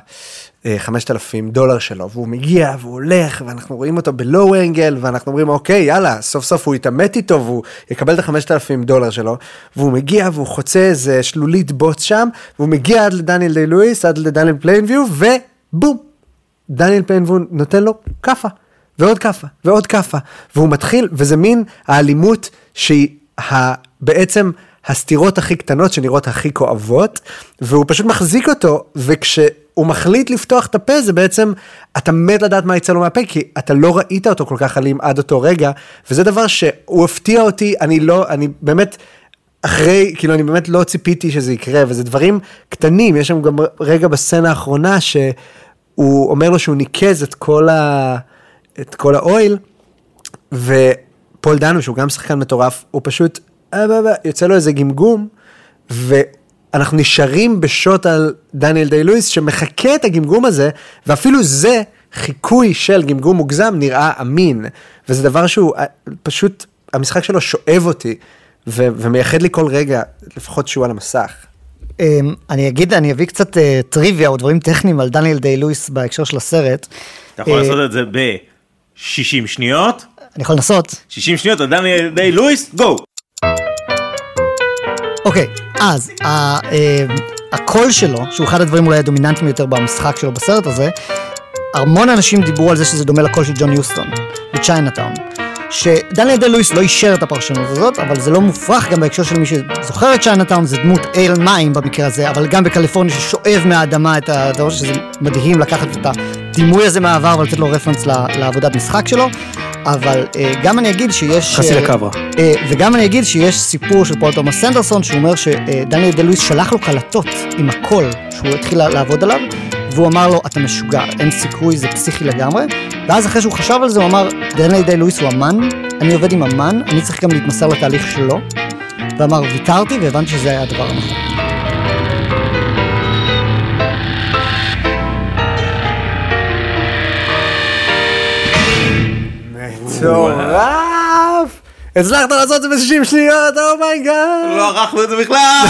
$5,000 שלו, והוא מגיע והוא הולך, ואנחנו רואים אותו בלואו אנגל, ואנחנו אומרים, אוקיי, יאללה, סוף סוף הוא יתאמת איתו, והוא יקבל את $5,000 שלו, והוא מגיע והוא חוצה איזה שלולית בוץ שם, והוא מגיע עד לדניאל דיי לואיס, עד לדניאל פליינוויו, ובום, דניאל פליינוויו נותן לו כפה. ועוד כפה, ועוד כפה, והוא מתחיל, וזה מין האלימות שהיא בעצם הסתירות הכי קטנות, שנראות הכי כואבות, והוא פשוט מחזיק אותו, וכשהוא מחליט לפתוח את הפה, זה בעצם, אתה מת לדעת מה יצא לו מהפה, כי אתה לא ראית אותו כל כך אלים עד אותו רגע, וזה דבר שהוא הפתיע אותי, אני באמת, כאילו אני באמת לא ציפיתי שזה יקרה, וזה דברים קטנים, יש שם גם רגע בסצנה האחרונה, שהוא אומר לו שהוא ניקז את כל האויל, ופול דנו, שהוא גם שחקן מטורף, הוא פשוט, יוצא לו איזה גמגום, אנחנו נשארים בשוט על דניאל דיי לואיס, שמחכה את הגמגום הזה, ואפילו זה חיקוי של גמגום מוגזם נראה אמין, וזה דבר שהוא פשוט, המשחק שלו שואב אותי, ומייחד לי כל רגע, לפחות שהוא על המסך. אני אביא קצת טריוויה או דברים טכניים על דניאל דיי לואיס בהקשר של הסרט. אתה יכול לעשות את זה ב-60 שניות? אני יכול לנסות. 60 שניות על דניאל דיי לואיס, גו! אוקיי, אז הקול שלו, שהוא אחד הדברים אולי הדומיננטיים יותר במשחק שלו בסרט הזה, המון אנשים דיברו על זה שזה דומה לקול של ג'ון יוסטון, בצ'יינאטאון. שדניאל דיי לואיס לא אישר את הפרשנות הזאת, אבל זה לא מופרך גם בהקשר של מי שזוכר את צ'יינאטאון, זה דמות אייל מים במקרה הזה, אבל גם בקליפורניה ששואב מהאדמה את הדבר שזה מדהים לקחת את הדימוי הזה מהעבר ולתת לו רפרנס לעבודת משחק שלו, אבל גם אני אגיד שיש... חסי לקברה. וגם אני אגיד שיש סיפור של פול תומאס אנדרסון, שהוא אומר שדניאל דיי לואיס שלח לו קלטות עם הקול שהוא התחיל לעבוד עליו, והוא אמר לו, אתה משוגע, אין סיכוי, זה פסיכי לגמרי. ואז אחרי שהוא חשב על זה, הוא אמר, דניאל דיי לואיס הוא אמן, אני עובד עם אמן, אני צריך גם להתמסר לתהליך שלו. ואמר, ויתרתי, והבנתי שזה היה הדבר הנכון. מטורף! הצלחת לעשות את זה ב-60 שניות, אומייגאד! לא ערכנו את זה בכלל!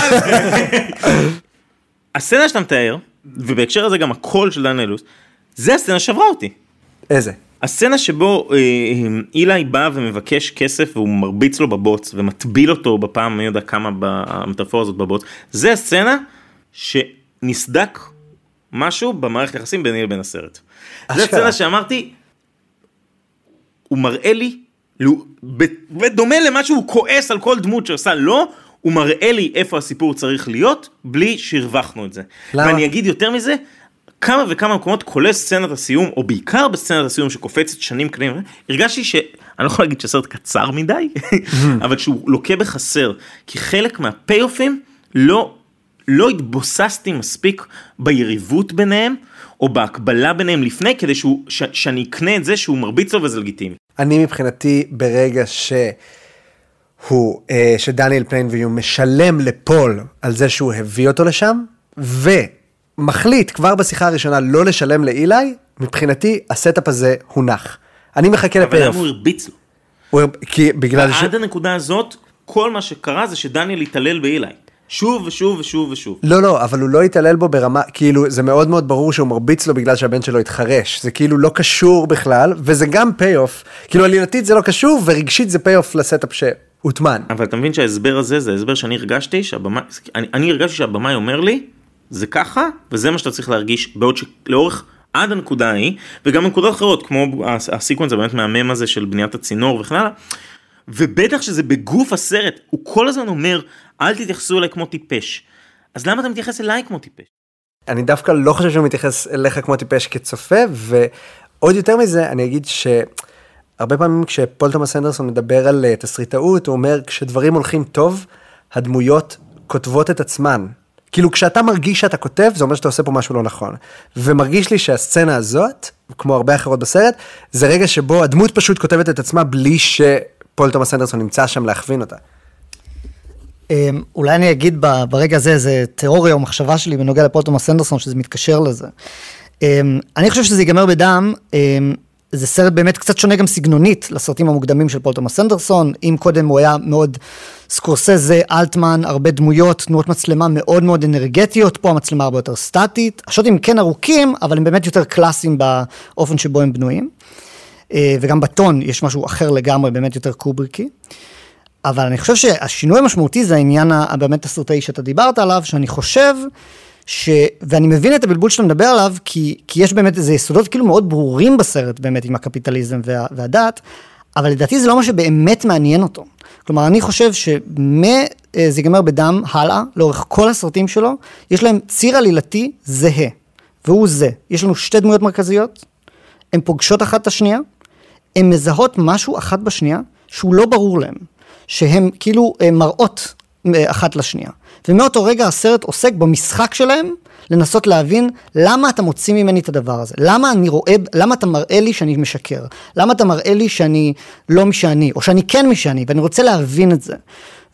הסצנה שאתה מתאר, ובהקשר הזה גם הקול של דניאל לואיס, זה הסצנה שעברה אותי. איזה? הסצנה שבו אילי בא ומבקש כסף והוא מרביץ לו בבוץ ומטביל אותו בפעם, אני יודע כמה במטאפורה הזאת בבוץ, זה הסצנה שנסדק משהו במערכת יחסים ביני לבין הסרט. זה הסצנה שאמרתי, הוא מראה לי, בדומה למה שהוא כועס על כל דמות שעושה לא, הוא מראה לי איפה הסיפור צריך להיות, בלי שהרווחנו את זה. למה? ואני אגיד יותר מזה, כמה וכמה מקומות, כולל סצנת הסיום, או בעיקר בסצנת הסיום שקופצת שנים קדימה, הרגשתי אני לא יכול להגיד שהסרט קצר מדי, אבל שהוא לוקה בחסר, כי חלק מהפי-אופים לא התבוססתי מספיק ביריבות ביניהם, או בהקבלה ביניהם לפני, כדי שאני אקנה את זה שהוא מרביץ לו וזה לגיטימי. אני מבחינתי ברגע שדניאל פליינוויו משלם לפול על זה שהוא הביא אותו לשם, ומחליט כבר בשיחה הראשונה לא לשלם לאילי, מבחינתי הסטאפ הזה הונח. אני מחכה לפי-אוף. אבל למה הוא הרביץ לו? עד הנקודה הזאת, כל מה שקרה זה שדניאל התעלל באילי. שוב ושוב ושוב ושוב. לא, אבל הוא לא יתעלל בו ברמה, כאילו זה מאוד מאוד ברור שהוא מרביץ לו בגלל שהבן שלו התחרש, זה כאילו לא קשור בכלל, וזה גם פי-אוף, כאילו עלילתית זה לא קשור, ורגשית זה פי-אוף לסטאפ שהוטמן. אבל אתה מבין שההסבר הזה, זה ההסבר שאני הרגשתי, אני הרגשתי שהבמאי אומר לי, זה ככה, וזה מה שאתה צריך להרגיש, בעוד שלאורך עד הנקודה ההיא, וגם נקודות אחרות, כמו הסיקוונס באמת מהמם הזה של בניית הצינור וכן הלאה, ובטח שזה בגוף הסרט, הוא כל הזמן אומר, אל תתייחסו אליי כמו טיפש. אז למה אתה מתייחס אליי כמו טיפש? אני דווקא לא חושב שהוא מתייחס אליך כמו טיפש כצופה, ועוד יותר מזה, אני אגיד שהרבה פעמים כשפול תומאס אנדרסון מדבר על תסריטאות, הוא אומר, כשדברים הולכים טוב, הדמויות כותבות את עצמן. כאילו כשאתה מרגיש שאתה כותב, זה אומר שאתה עושה פה משהו לא נכון. ומרגיש לי שהסצנה הזאת, כמו הרבה אחרות בסרט, זה רגע שבו הדמות פשוט כותבת את עצמה בלי שפול תומאס אנדרסון נמצא שם להכווין אותה. אולי אני אגיד ברגע הזה, זה תיאוריה או מחשבה שלי בנוגע לפול תומאס אנדרסון, שזה מתקשר לזה. אני חושב שזה ייגמר בדם, זה סרט באמת קצת שונה גם סגנונית לסרטים המוקדמים של פול תומאס אנדרסון, אם קודם הוא היה מאוד סקורסזה, אלטמן, הרבה דמויות, תנועות מצלמה מאוד מאוד אנרגטיות, פה המצלמה הרבה יותר סטטית, השוטים כן ארוכים, אבל הם באמת יותר קלאסיים באופן שבו הם בנויים, וגם בטון יש משהו אחר לגמרי, באמת יותר קובריקי. אבל אני חושב שהשינוי המשמעותי זה העניין באמת הסרטאי שאתה דיברת עליו, שאני חושב ואני מבין את הבלבול שאתה מדבר עליו, כי יש באמת איזה יסודות כאילו מאוד ברורים בסרט, באמת עם הקפיטליזם והדת, אבל לדעתי זה לא מה שבאמת מעניין אותו. כלומר, אני חושב שזה ייגמר בדם הלאה, לאורך כל הסרטים שלו, יש להם ציר עלילתי זהה, והוא זה. יש לנו שתי דמויות מרכזיות, הן פוגשות אחת את השנייה, הן מזהות משהו אחת בשנייה, שהוא לא ברור להם. שהן כאילו מראות אחת לשנייה. ומאותו רגע הסרט עוסק במשחק שלהם, לנסות להבין למה אתה מוציא ממני את הדבר הזה. למה אתה מראה לי שאני משקר? למה אתה מראה לי שאני לא מי שאני, או שאני כן מי שאני, ואני רוצה להבין את זה.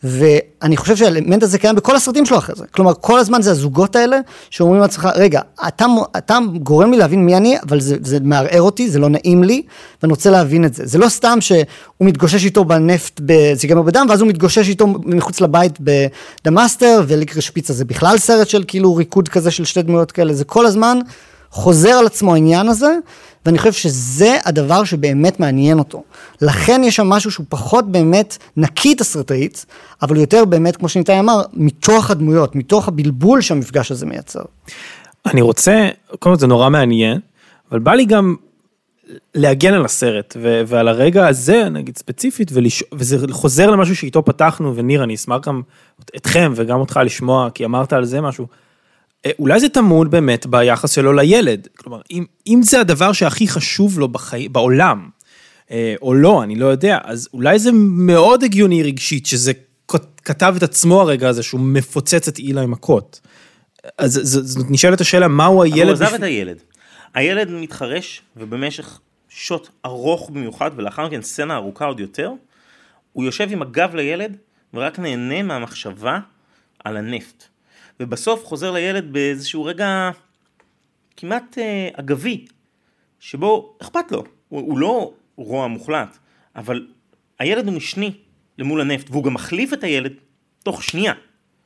ואני חושב שהאלמנט הזה קיים בכל הסרטים שלו אחרי זה. כלומר, כל הזמן זה הזוגות האלה, שאומרים לעצמך, רגע, אתה גורם לי להבין מי אני, אבל זה מערער אותי, זה לא נעים לי, ואני רוצה להבין את זה. זה לא סתם שהוא מתגושש איתו בנפט, זה ייגמר בדם, ואז הוא מתגושש איתו מחוץ לבית בדמאסטר, וליקרי שפיצה זה בכלל סרט של כאילו ריקוד כזה של שתי דמויות כאלה, זה כל הזמן חוזר על עצמו העניין הזה, ואני חושב שזה הדבר שבאמת מעניין אותו. לכן יש שם משהו שהוא פחות באמת נקי תסריטאית, אבל יותר באמת, כמו שניתאי אמר, מתוך הדמויות, מתוך הבלבול שהמפגש הזה מייצר. אני רוצה, קודם כל זה נורא מעניין, אבל בא לי גם להגן על הסרט, ועל הרגע הזה, נגיד ספציפית, וזה חוזר למשהו שאיתו פתחנו, וניר, אני אשמח גם אתכם וגם אותך לשמוע, כי אמרת על זה משהו, אולי זה תמוד באמת ביחס שלו לילד, כלומר, אם זה הדבר שהכי חשוב לו בעולם, או לא, אני לא יודע, אז אולי זה מאוד הגיוני רגשית, שזה כתב את עצמו הרגע הזה, שהוא מפוצץ את אילה עם מכות. אז נשאלת השאלה, מהו הילד? הוא עזב את הילד. הילד מתחרש, ובמשך שוט ארוך במיוחד, ולאחר מכן סצנה ארוכה עוד יותר, הוא יושב עם הגב לילד, ורק נהנה מהמחשבה על הנפט. ובסוף חוזר לילד באיזשהו רגע כמעט אגבי, שבו אכפת לו, הוא לא רוע מוחלט, אבל הילד הוא משני למול הנפט, והוא גם מחליף את הילד תוך שנייה.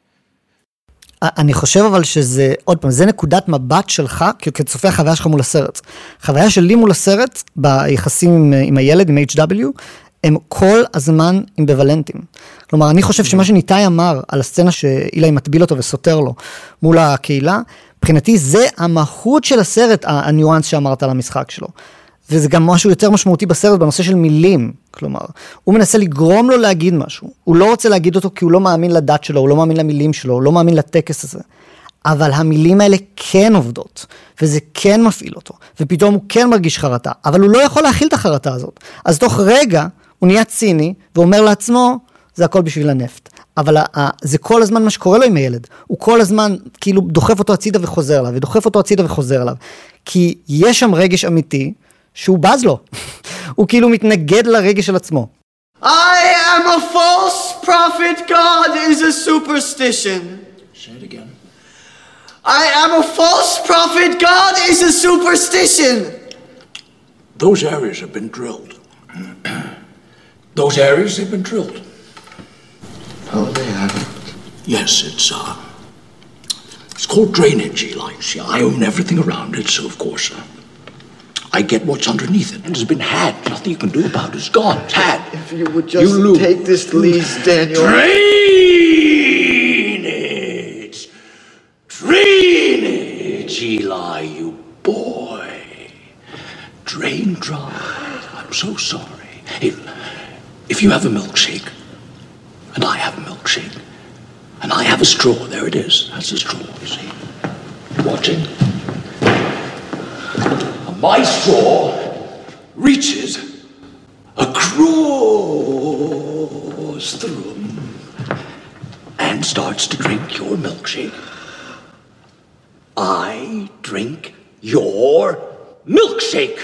אני חושב אבל שזה, עוד פעם, זה נקודת מבט שלך, כצופה החוויה שלך מול הסרט. חוויה שלי מול הסרט, ביחסים עם הילד, עם HW, הם כל הזמן אמביוולנטיים. כלומר, אני חושב שמה שניתאי אמר על הסצנה שאילי מטביל אותו וסותר לו מול הקהילה, מבחינתי זה המהות של הסרט, הניואנס שאמרת על המשחק שלו. וזה גם משהו יותר משמעותי בסרט בנושא של מילים. כלומר, הוא מנסה לגרום לו להגיד משהו. הוא לא רוצה להגיד אותו כי הוא לא מאמין לדת שלו, הוא לא מאמין למילים שלו, הוא לא מאמין לטקס הזה. אבל המילים האלה כן עובדות, וזה כן מפעיל אותו, ופתאום הוא כן מרגיש חרטה, אבל הוא לא יכול להכיל את החרטה הזאת. אז תוך רגע הוא נהיה ציני, ואומר לעצמו, זה הכל בשביל הנפט. אבל זה כל הזמן מה שקורה לו עם הילד. הוא כל הזמן כאילו דוחף אותו הצידה וחוזר אליו, ודוחף אותו הצידה וחוזר אליו. כי יש שם רגש אמיתי, שהוא בז לו. הוא כאילו מתנגד לרגש של עצמו. I am a false prophet. God is a superstition. Say it again. I am a false prophet. God is a superstition. Those areas have been drilled. Those areas have been drilled. Oh, they haven't. Yes, it's called drainage, Eli. See, I own everything around it, so of course, I get what's underneath it. And it's been had. Nothing you can do about it. It's gone. It's had. If you would just take this lease, Daniel. Drainage! Drainage, Eli, you boy. Drain dry. I'm so sorry. If you have a milkshake, and I have a milkshake, and I have a straw, there it is. That's a straw, you see. You watching? My straw reaches across the room and starts to drink your milkshake. I drink your milkshake.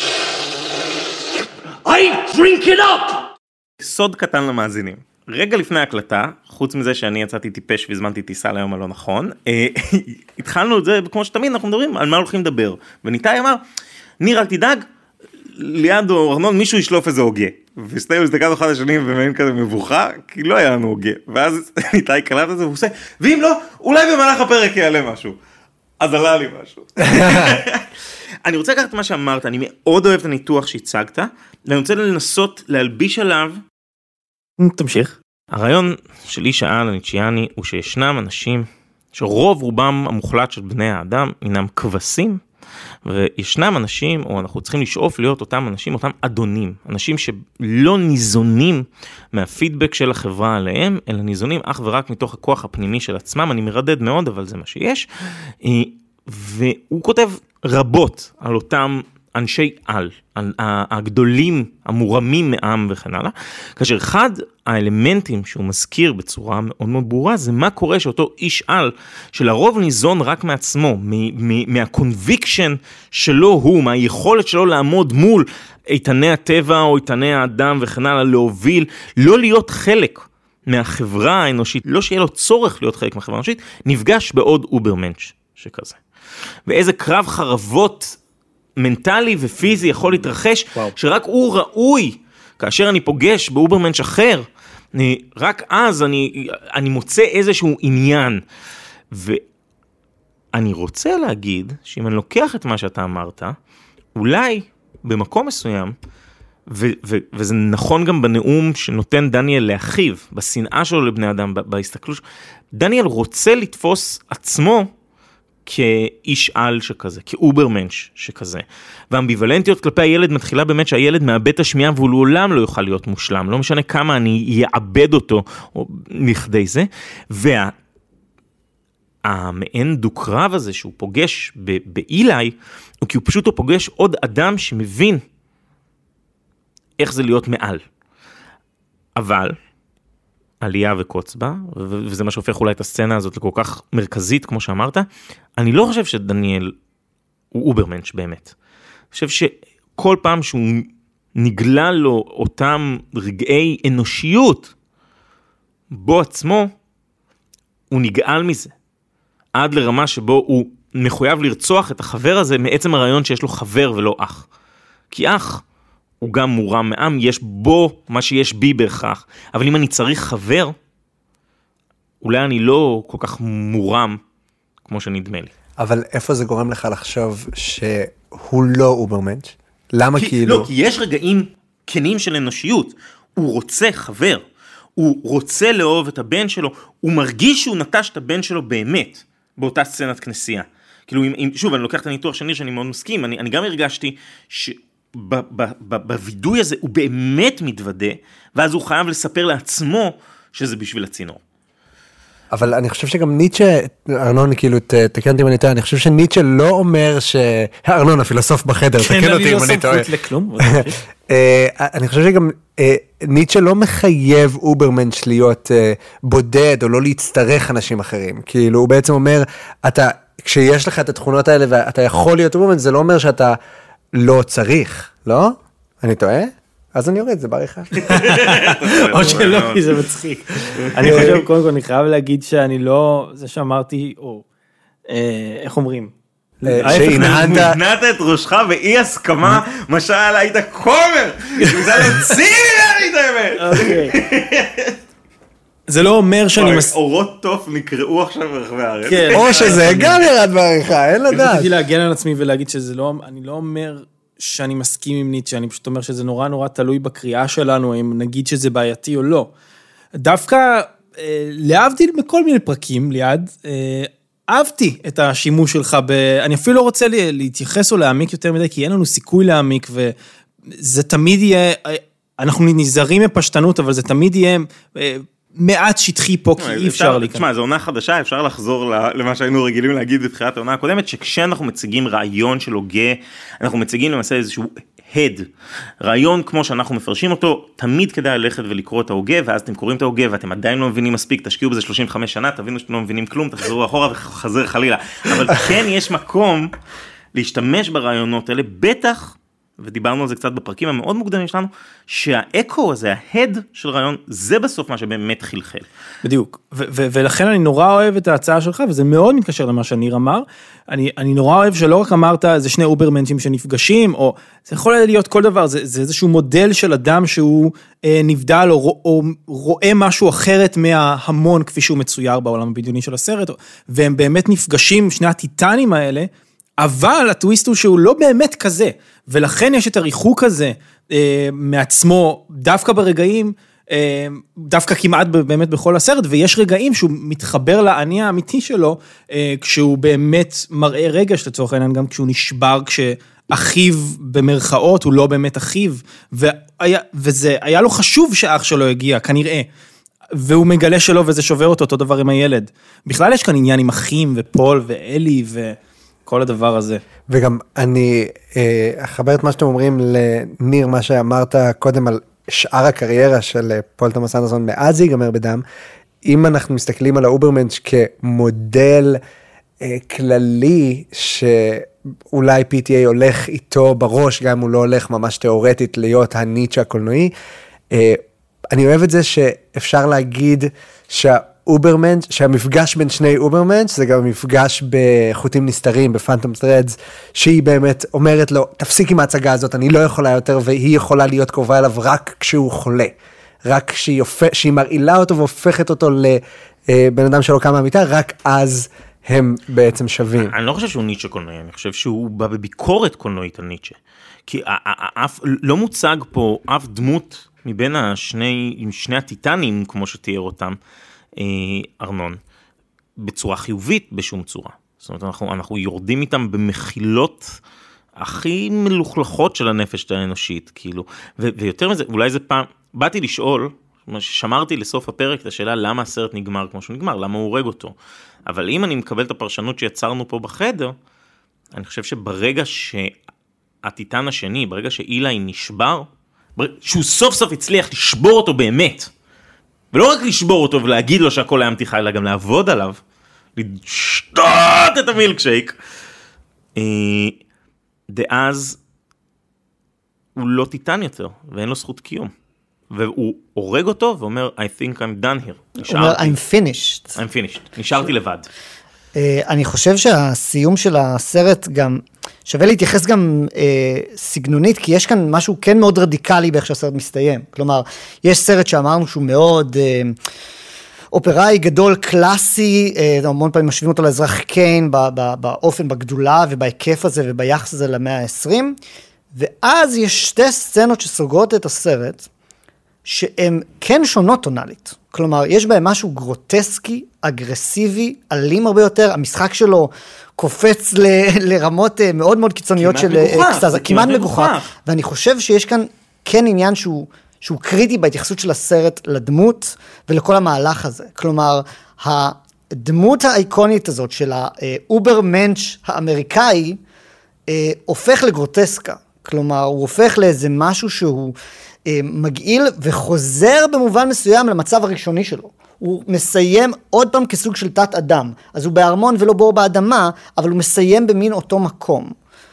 I drink it up! סוד קטן למאזינים. רגע לפני ההקלטה, חוץ מזה שאני יצאתי טיפש והזמנתי טיסה ליום הלא נכון, התחלנו את זה, כמו שתמיד אנחנו מדברים, על מה הולכים לדבר. וניתאי אמר, ניר, אל תדאג, ליד או ארנון מישהו ישלוף איזה הוגה. ושתינו הסתכלנו אחד השנים ומעין כזה מבוכה, כי לא היה לנו הוגה. ואז ניתאי קלט את זה והוא עושה, ואם לא, אולי במהלך הפרק יעלה משהו. אז עלה לי משהו. אני רוצה לקחת את מה שאמרת, אני מאוד אוהב את הניתוח שהצגת, ואני רוצה לנסות להלביש עליו. תמשיך. הרעיון של איש העל הניטשיאני הוא שישנם אנשים שרוב רובם המוחלט של בני האדם אינם כבשים, וישנם אנשים, או אנחנו צריכים לשאוף להיות אותם אנשים, אותם אדונים, אנשים שלא ניזונים מהפידבק של החברה עליהם, אלא ניזונים אך ורק מתוך הכוח הפנימי של עצמם. אני מרדד מאוד, אבל זה מה שיש. והוא כותב רבות על אותם אנשי על, הגדולים, המורמים מעם וכן הלאה, כאשר אחד האלמנטים שהוא מזכיר בצורה מאוד מאוד ברורה, זה מה קורה שאותו איש על, שלרוב ניזון רק מעצמו, מהקונביקשן שלו הוא, מהיכולת שלו לעמוד מול איתני הטבע או איתני האדם וכן הלאה, להוביל, לא להיות חלק מהחברה האנושית, לא שיהיה לו צורך להיות חלק מהחברה האנושית, נפגש בעוד אוברמנש שכזה. ואיזה קרב חרבות מנטלי ופיזי יכול להתרחש, שרק הוא ראוי, כאשר אני פוגש באוברמנש אחר, רק אז אני מוצא איזשהו עניין. ואני רוצה להגיד, שאם אני לוקח את מה שאתה אמרת, אולי במקום מסוים, וזה נכון גם בנאום שנותן דניאל לאחיו, בשנאה שלו לבני אדם, בהסתכלות, דניאל רוצה לתפוס עצמו כאיש על שכזה, כאוברמנש שכזה. והאמביוולנטיות כלפי הילד מתחילה באמת שהילד מאבד את השמיעה, והוא לעולם לא יוכל להיות מושלם, לא משנה כמה אני אאבד אותו, או לכדי זה, המעין דו-קרב הזה שהוא פוגש באילי, הוא כי הוא פשוט פוגש עוד אדם שמבין איך זה להיות מעל. אבל, עלייה וקוץ בה, וזה מה שהופך אולי את הסצנה הזאת לכל כך מרכזית, כמו שאמרת, אני לא חושב שדניאל הוא אוברמנש באמת. אני חושב שכל פעם שהוא נגלה לו אותם רגעי אנושיות, בו עצמו, הוא נגעל מזה. עד לרמה שבו הוא מחויב לרצוח את החבר הזה, מעצם הרעיון שיש לו חבר ולא אח. כי אח הוא גם מורם מעם, יש בו מה שיש בי בהכרח. אבל אם אני צריך חבר, אולי אני לא כל כך מורם כמו שנדמה לי. אבל איפה זה גורם לך לחשוב שהוא לא אוברמנש? למה כאילו? לא, כי יש רגעים כנים של אנושיות. הוא רוצה חבר. הוא רוצה לאהוב את הבן שלו. הוא מרגיש שהוא נטש את הבן שלו באמת, באותה סצנת כנסייה. כאילו, שוב, אני לוקח את הניתוח של ניר שאני מאוד מסכים, אני גם הרגשתי בווידוי הזה הוא באמת מתוודה, ואז הוא חייב לספר לעצמו שזה בשביל הצינור. אבל אני חושב שגם ניטשה, ארנון כאילו תקן אותי אם אני טועה, אני חושב שניטשה לא אומר ארנון הפילוסוף בחדר, תקן אותי אם אני טועה. כן, אני לא סמכות לכלום. אני חושב שגם ניטשה לא מחייב אוברמנש להיות בודד או לא להצטרך אנשים אחרים, כאילו הוא בעצם אומר, כשיש לך את התכונות האלה ואתה יכול להיות אוברמנש, זה לא אומר שאתה לא צריך, לא? אני טועה? אז אני יורד, זה בעריכה. או שלא, כי זה מצחיק. אני חושב, קודם כל, אני חייב להגיד שאני לא, זה שאמרתי, או, איך אומרים? שהנעת את ראשך ואי הסכמה, מה שהיה היית כומר, זה להוציא לי את האמת. זה לא אומר שאני... אורות טוב נקראו עכשיו ברחבי הארץ. או שזה גם ירד בעריכה, אין לדעת. רציתי להגן על עצמי ולהגיד שזה לא, אני לא אומר שאני מסכים עם ניטשה, אני פשוט אומר שזה נורא נורא תלוי בקריאה שלנו, אם נגיד שזה בעייתי או לא. דווקא להבדיל מכל מיני פרקים ליד, אהבתי את השימוש שלך, אני אפילו לא רוצה להתייחס או להעמיק יותר מדי, כי אין לנו סיכוי להעמיק, וזה תמיד יהיה, אנחנו נזהרים מפשטנות, אבל זה תמיד יהיה מעט שטחי פה, כי אי אפשר להיכנס. תשמע, זו עונה חדשה, אפשר לחזור למה שהיינו רגילים להגיד בתחילת העונה הקודמת, שכשאנחנו מציגים רעיון של הוגה, אנחנו מציגים למעשה איזשהו הד, רעיון כמו שאנחנו מפרשים אותו, תמיד כדאי ללכת ולקרוא את ההוגה, ואז אתם קוראים את ההוגה, ואתם עדיין לא מבינים מספיק, תשקיעו בזה 35 שנה, תבינו שאתם לא מבינים כלום, תחזרו אחורה וחזר חלילה. אבל כן יש מקום להשתמש ברעיונות האלה, בטח, ודיברנו על זה קצת בפרקים המאוד מוקדמים שלנו, שהאקו הזה, ההד של רעיון, זה בסוף מה שבאמת חלחל. בדיוק, ולכן אני נורא אוהב את ההצעה שלך, וזה מאוד מתקשר למה שניר אמר, אני נורא אוהב שלא רק אמרת, זה שני אוברמנצ'ים שנפגשים, או זה יכול להיות כל דבר, זה איזשהו מודל של אדם שהוא נבדל, או רואה משהו אחרת מההמון, כפי שהוא מצויר בעולם הבדיוני של הסרט, והם באמת נפגשים, שני הטיטנים האלה, אבל הטוויסט הוא שהוא לא באמת כזה, ולכן יש את הריחוק הזה מעצמו, דווקא ברגעים, דווקא כמעט באמת בכל הסרט, ויש רגעים שהוא מתחבר לעני האמיתי שלו, כשהוא באמת מראה רגש לצורך העניין, גם כשהוא נשבר, כשאחיו במרכאות הוא לא באמת אחיו, וזה היה לו חשוב שאח שלו הגיע, כנראה, והוא מגלה שלו וזה שובר אותו דבר עם הילד. בכלל יש כאן עניין עם אחים ופול ואלי כל הדבר הזה. וגם אני אחבר את מה שאתם אומרים לניר, מה שאמרת קודם על שאר הקריירה של פול תומאס אנדרסון, מאז זה ייגמר בדם, אם אנחנו מסתכלים על האוברמנש כמודל כללי, שאולי PTA הולך איתו בראש, גם הוא לא הולך ממש תיאורטית להיות הניטשה הקולנועי, אני אוהב את זה שאפשר להגיד שהמפגש בין שני אוברמנץ' זה גם מפגש בחוטים נסתרים, בפנטום ת'רדס, שהיא באמת אומרת לו, תפסיק עם ההצגה הזאת, אני לא יכולה יותר, והיא יכולה להיות קרובה אליו רק כשהוא חולה. רק כשהיא מרעילה אותו והופכת אותו לבן אדם שלו קם מהמיטה, רק אז הם בעצם שווים. אני לא חושב שהוא ניטשה קולנועי, אני חושב שהוא בא בביקורת קולנועית על ניטשה. כי לא מוצג פה אף דמות מבין שני הטיטנים, כמו שתיאר אותם, ארנון, בצורה חיובית בשום צורה. זאת אומרת, אנחנו יורדים איתם במחילות הכי מלוכלכות של הנפש האנושית, כאילו, ויותר מזה, אולי זה פעם, באתי לשאול, שמרתי לסוף הפרק את השאלה למה הסרט נגמר כמו שהוא נגמר, למה הוא הורג אותו. אבל אם אני מקבל את הפרשנות שיצרנו פה בחדר, אני חושב שברגע שהטיטן השני, ברגע שאילי נשבר, שהוא סוף סוף הצליח לשבור אותו באמת, ולא רק לשבור אותו ולהגיד לו שהכל היה מתיחה, אלא גם לעבוד עליו, לשתות את המילקשייק, דאז הוא לא טיטן יותר, ואין לו זכות קיום. והוא הורג אותו ואומר, I think I'm done here. הוא אומר, I'm finished. נשארתי לבד. אני חושב שהסיום של הסרט גם, שווה להתייחס גם סגנונית, כי יש כאן משהו כן מאוד רדיקלי באיך שהסרט מסתיים. כלומר, יש סרט שאמרנו שהוא מאוד אופראי גדול, קלאסי, המון פעמים משווים אותו לאזרח קיין, באופן, בגדולה ובהיקף הזה וביחס הזה למאה ה-20, ואז יש שתי סצנות שסוגרות את הסרט, שהן כן שונות טונלית. כלומר, יש בהם משהו גרוטסקי, אגרסיבי, אלים הרבה יותר, המשחק שלו קופץ לרמות מאוד מאוד קיצוניות של אקסטזה, כמעט מגוחך. ואני חושב שיש כאן כן עניין שהוא קריטי בהתייחסות של הסרט לדמות ולכל המהלך הזה. כלומר, הדמות האיקונית הזאת של האוברמנץ' האמריקאי הופך לגרוטסקה. כלומר, הוא הופך לאיזה משהו שהוא מגעיל וחוזר במובן מסוים למצב הראשוני שלו. הוא מסיים עוד פעם כסוג של תת אדם. אז הוא בארמון ולא בור באדמה, אבל הוא מסיים במין אותו מקום.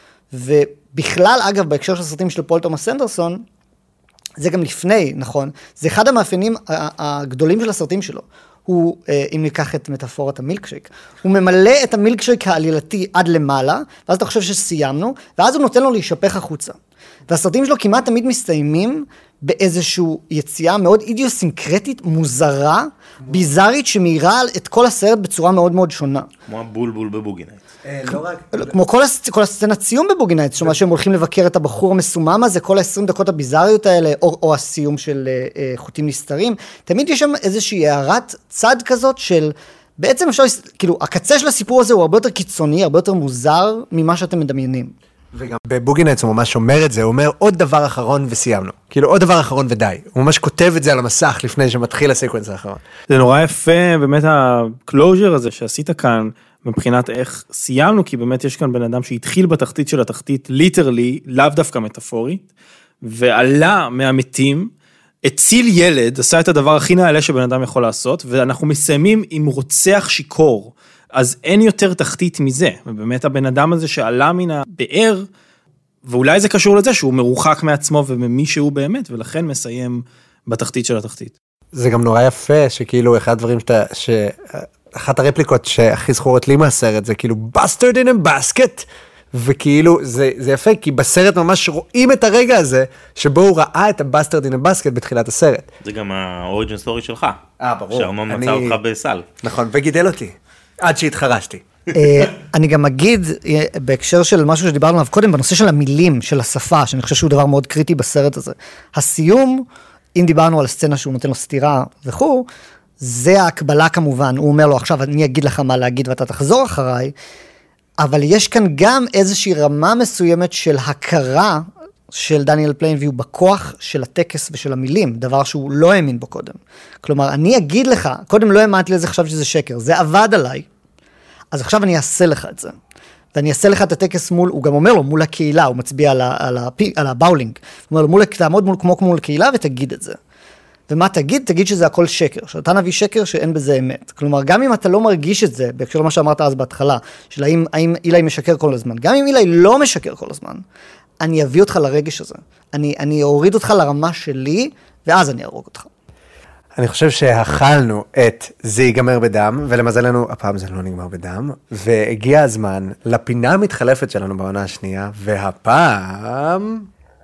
ובכלל, אגב, בהקשר של הסרטים של פול תומאס אנדרסון, זה גם לפני, נכון? זה אחד המאפיינים הגדולים של הסרטים שלו. הוא, אם ניקח את מטאפורת המילקשייק, הוא ממלא את המילקשייק העלילתי עד למעלה, ואז אתה חושב שסיימנו, ואז הוא נותן לו להישפך החוצה. והסרטים שלו כמעט תמיד מסתיימים באיזושהי יציאה מאוד אידיוסינקרטית, מוזרה, ביזרית, שמאירה את כל הסרט בצורה מאוד מאוד שונה. כמו הבולבול בבוגינייט. כמו כל הסצנת סיום בבוגינייט, שמה שהם הולכים לבקר את הבחור המסומם הזה, כל ה-20 דקות הביזריות האלה, או הסיום של חוטים נסתרים, תמיד יש שם איזושהי הערת צד כזאת של, בעצם אפשר, כאילו, הקצה של הסיפור הזה הוא הרבה יותר קיצוני, הרבה יותר מוזר ממה שאתם מדמיינים. וגם בבוגינטס הוא ממש אומר את זה, הוא אומר עוד דבר אחרון וסיימנו. כאילו עוד דבר אחרון ודי. הוא ממש כותב את זה על המסך לפני שמתחיל הסקוונס האחרון. זה נורא יפה, באמת הקלוז'ר הזה שעשית כאן, מבחינת איך סיימנו, כי באמת יש כאן בן אדם שהתחיל בתחתית של התחתית, ליטרלי, לאו דווקא מטאפורית, ועלה מהמתים, הציל ילד, עשה את הדבר הכי נעלה שבן אדם יכול לעשות, ואנחנו מסיימים עם רוצח שיקור. אז אין יותר תחתית מזה, ובאמת הבן אדם הזה שעלה מן הבאר, ואולי זה קשור לזה שהוא מרוחק מעצמו וממי שהוא באמת, ולכן מסיים בתחתית של התחתית. זה גם נורא יפה, שכאילו אחד הדברים אחת הרפליקות שהכי זכורות לי מהסרט, זה כאילו bastard in a basket, וכאילו זה יפה, כי בסרט ממש רואים את הרגע הזה, שבו הוא ראה את ה-bastard in a basket בתחילת הסרט. זה גם האוריג'ן סטורי שלך. ברור. שארנון מצא אותך בסל. נכון, וגידל אותי. עד שהתחרשתי. אני גם אגיד, בהקשר של משהו שדיברנו עליו קודם, בנושא של המילים, של השפה, שאני חושב שהוא דבר מאוד קריטי בסרט הזה. הסיום, אם דיברנו על הסצנה שהוא נותן לו סתירה וכו', זה ההקבלה כמובן. הוא אומר לו, עכשיו אני אגיד לך מה להגיד ואתה תחזור אחריי, אבל יש כאן גם איזושהי רמה מסוימת של הכרה של דניאל פליינביו בכוח של הטקס ושל המילים, דבר שהוא לא האמין בו קודם. כלומר, אני אגיד לך, קודם לא האמנתי לזה, חשבתי שזה שקר, זה עבד עליי, אז עכשיו אני אעשה לך את זה. ואני אעשה לך את הטקס מול, הוא גם אומר לו, מול הקהילה, הוא מצביע על הבאולינג, הוא אומר לו, תעמוד כמו מול הקהילה ותגיד את זה. ומה תגיד? תגיד שזה הכל שקר, שאתה נביא שקר שאין בזה אמת. כלומר, גם אם אתה לא מרגיש את זה, בהקשר למה שאמרת אז בהתחלה, של האם אילי משקר כל הזמן, גם אם אילי לא משקר כל הזמן, אני אביא אותך לרגש הזה. אני אוריד אותך לרמה שלי, ואז אני ארוג אותך. אני חושב שאכלנו את זה ייגמר בדם, ולמזלנו הפעם זה לא נגמר בדם, והגיע הזמן לפינה המתחלפת שלנו בעונה השנייה, והפעם...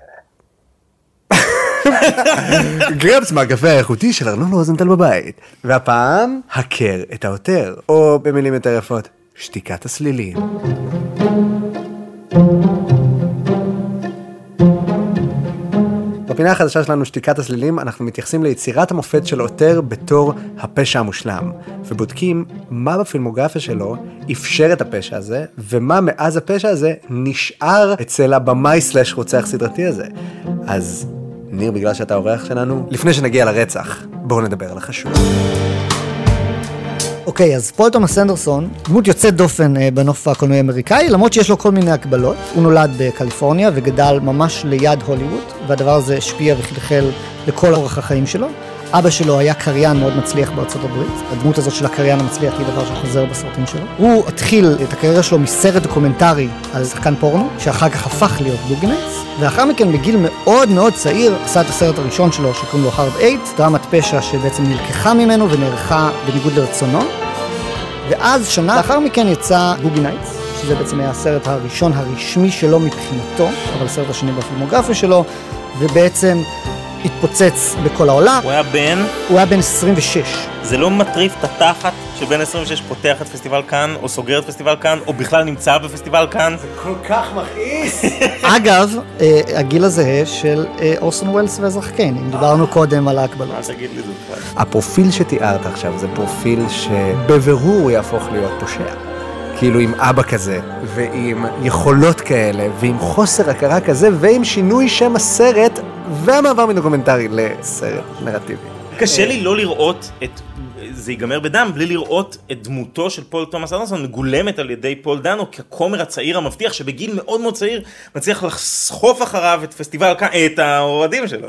גרבס מהקפה האיכותי של ארנון רוזנטל בבית, והפעם הכר את העותר, או במילים יותר יפות, שתיקת הסלילים. בפינה החדשה שלנו, שתיקת הסלילים, אנחנו מתייחסים ליצירת המופת של עותר בתור הפשע המושלם, ובודקים מה בפילמוגרפיה שלו אפשר את הפשע הזה, ומה מאז הפשע הזה נשאר אצל הבמאי סלש רוצח סדרתי הזה. אז ניר, בגלל שאתה האורח שלנו, לפני שנגיע לרצח, בואו נדבר על החשוב. אוקיי, אז פול תומאס אנדרסון, דמות יוצאת דופן בנוף הקולנועי האמריקאי, למרות שיש לו כל מיני הקבלות. הוא נולד בקליפורניה וגדל ממש ליד הוליווד, והדבר הזה השפיע וחלחל לכל אורח החיים שלו. אבא שלו היה קריין מאוד מצליח בארצות הברית. הדמות הזאת של הקריין המצליח היא דבר שחוזר בסרטים שלו. הוא התחיל את הקריירה שלו מסרט דוקומנטרי על שחקן פורנו, שאחר כך הפך להיות בוגי נייטס, ואחר מכן בגיל מאוד מאוד צעיר עשה את הסרט הראשון שלו שקוראים לו Hard Eight, דרמת פשע שבעצם נלקחה ממנו ונערכה בניגוד לרצונו. ואז שנה לאחר מכן יצא בוגי נייטס, שזה בעצם היה הסרט הראשון הרשמי שלו מבחינתו, אבל הסרט השני בפילמוגרפיה שלו, ובעצם התפוצץ בכל העולם. הוא היה בן? הוא היה בן 26. זה לא מטריף את התחת שבן 26 פותח את פסטיבל כאן, או סוגר את פסטיבל כאן, או בכלל נמצא בפסטיבל כאן? זה כל כך מכעיס. אגב, הגיל הזהה של אורסון וולס ואזרח קיין, אם דיברנו קודם על ההקבלות. אז תגיד לי זה. הפרופיל שתיארת עכשיו זה פרופיל שבבירור יהפוך להיות פושע. כאילו עם אבא כזה, ועם יכולות כאלה, ועם חוסר הכרה כזה, ועם שינוי שם הסרט, והמעבר מדוקומנטרי לסרט נרטיבי. קשה לי לא לראות את זה ייגמר בדם, בלי לראות את דמותו של פול תומאס אנדרסון מגולמת על ידי פול דנו ככומר הצעיר המבטיח, שבגיל מאוד מאוד צעיר מצליח לסחוף אחריו את פסטיבל, את האוהדים שלו.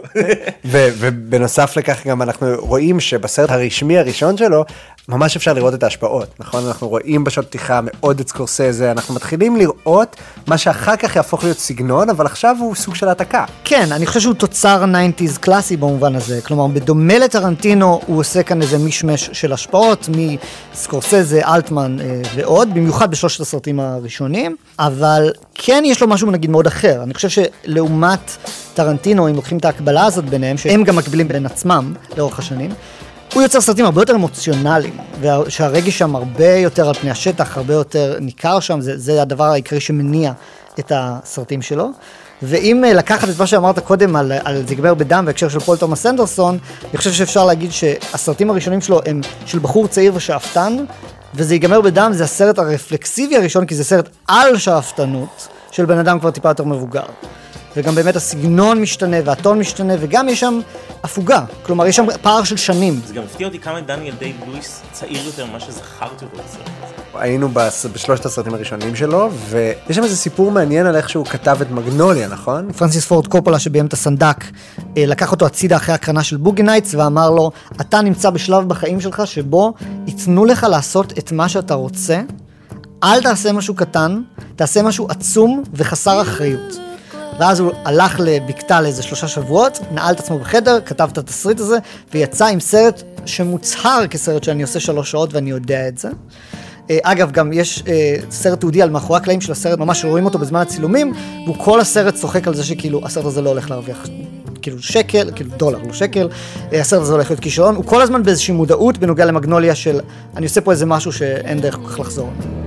ובנוסף לכך גם אנחנו רואים שבסרט הרשמי הראשון שלו, ממש אפשר לראות את ההשפעות, נכון? אנחנו רואים בשעות פתיחה מאוד את סקורסזה, אנחנו מתחילים לראות מה שאחר כך יהפוך להיות סגנון, אבל עכשיו הוא סוג של העתקה. כן, אני חושב שהוא תוצר 90s קלאסי במובן הזה, כלומר, בדומה לטרנטינו, הוא עושה כאן איזה משמש של השפעות, מסקורסזה, אלטמן ועוד, במיוחד בשלושת הסרטים הראשונים, אבל כן יש לו משהו נגיד מאוד אחר. אני חושב שלעומת טרנטינו, אם לוקחים את ההקבלה הזאת ביניהם, שהם גם מקבילים בין עצמם לאורך השנים, הוא יוצר סרטים הרבה יותר אמוציונליים, שהרגש שם הרבה יותר על פני השטח, הרבה יותר ניכר שם, זה הדבר העיקרי שמניע את הסרטים שלו. ואם לקחת את מה שאמרת קודם על זה ייגמר בדם בהקשר של פול תומאס אנדרסון, אני חושב שאפשר להגיד שהסרטים הראשונים שלו הם של בחור צעיר ושאפתן, וזה ייגמר בדם זה הסרט הרפלקסיבי הראשון, כי זה סרט על שאפתנות של בן אדם כבר טיפה יותר מבוגר. וגם באמת הסגנון משתנה והטון משתנה, וגם יש שם הפוגה, כלומר יש שם פער של שנים. זה גם הפתיע אותי כמה דניאל דיי לואיס צעיר יותר ממה שזכרתי אותו לסרט. היינו בשלושת הסרטים הראשונים שלו, ויש שם איזה סיפור מעניין על איך שהוא כתב את מגנוליה, נכון? פרנסיס פורד קופולה שביים את הסנדק, לקח אותו הצידה אחרי הקרנה של בוגי נייטס, ואמר לו, אתה נמצא בשלב בחיים שלך שבו ייתנו לך לעשות את מה שאתה רוצה, אל תעשה משהו קטן, תעשה משהו עצום וחסר אחריות. ואז הוא הלך לבקתה לאיזה 3 שבועות, נעל את עצמו בחדר, כתב את התסריט הזה, ויצא עם סרט שמוצהר כסרט שאני עושה 3 שעות ואני יודע את זה. אגב, גם יש סרט תיעודי על מאחורי הקלעים של הסרט, ממש רואים אותו בזמן הצילומים, והוא כל הסרט צוחק על זה שכאילו הסרט הזה לא הולך להרוויח כאילו שקל, כאילו דולר, לא שקל, הסרט הזה הולך להיות כישלון, הוא כל הזמן באיזושהי מודעות בנוגע למגנוליה של, אני עושה פה איזה משהו שאין דרך כל כך לחזור.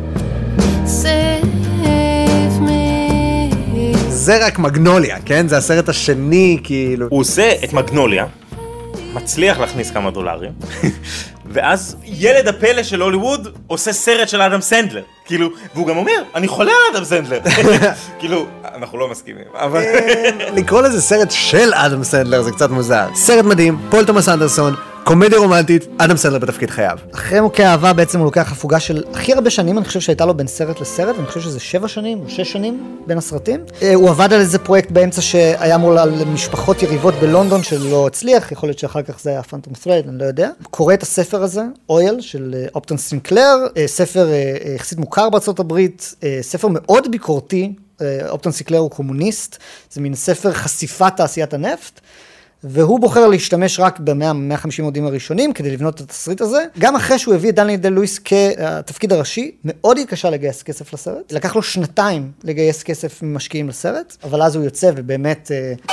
זה רק מגנוליה, כן? זה הסרט השני, כאילו. הוא עושה את מגנוליה, מצליח להכניס כמה דולרים, ואז ילד הפלא של הוליווד עושה סרט של אדם סנדלר, כאילו, והוא גם אומר, אני חולה על אדם סנדלר. כאילו, אנחנו לא מסכימים, אבל... לקרוא לזה סרט של אדם סנדלר זה קצת מוזר. סרט מדהים, פול תומאס אנדרסון, קומדיה רומנטית, אדם סנדלר בתפקיד חייו. אחרי מוקי אהבה בעצם הוא לוקח הפוגה של הכי הרבה שנים, אני חושב שהייתה לו בין סרט לסרט, אני חושב שזה 7 שנים או 6 שנים בין הסרטים. הוא עבד על איזה פרויקט באמצע שהיה מול על משפחות יריבות בלונדון שלא הצליח, יכול להיות שאחר כך זה היה פנטום ת'רייד, אני לא יודע. קורא את הספר הזה, אויל, של אופטון סינקלר, ספר יחסית מוכר בארצות הברית, ספר מאוד ביקורתי, אופטון סינקלר הוא קומוניסט, זה מין ספר חשיפת תעשיית הנפט, והוא בוחר להשתמש רק ב-150 עמודים הראשונים כדי לבנות את התסריט הזה. גם אחרי שהוא הביא את דניאל די לואיס כתפקיד הראשי, מאוד קשה לגייס כסף לסרט. לקח לו 2 לגייס כסף ממשקיעים לסרט, אבל אז הוא יוצא ובאמת...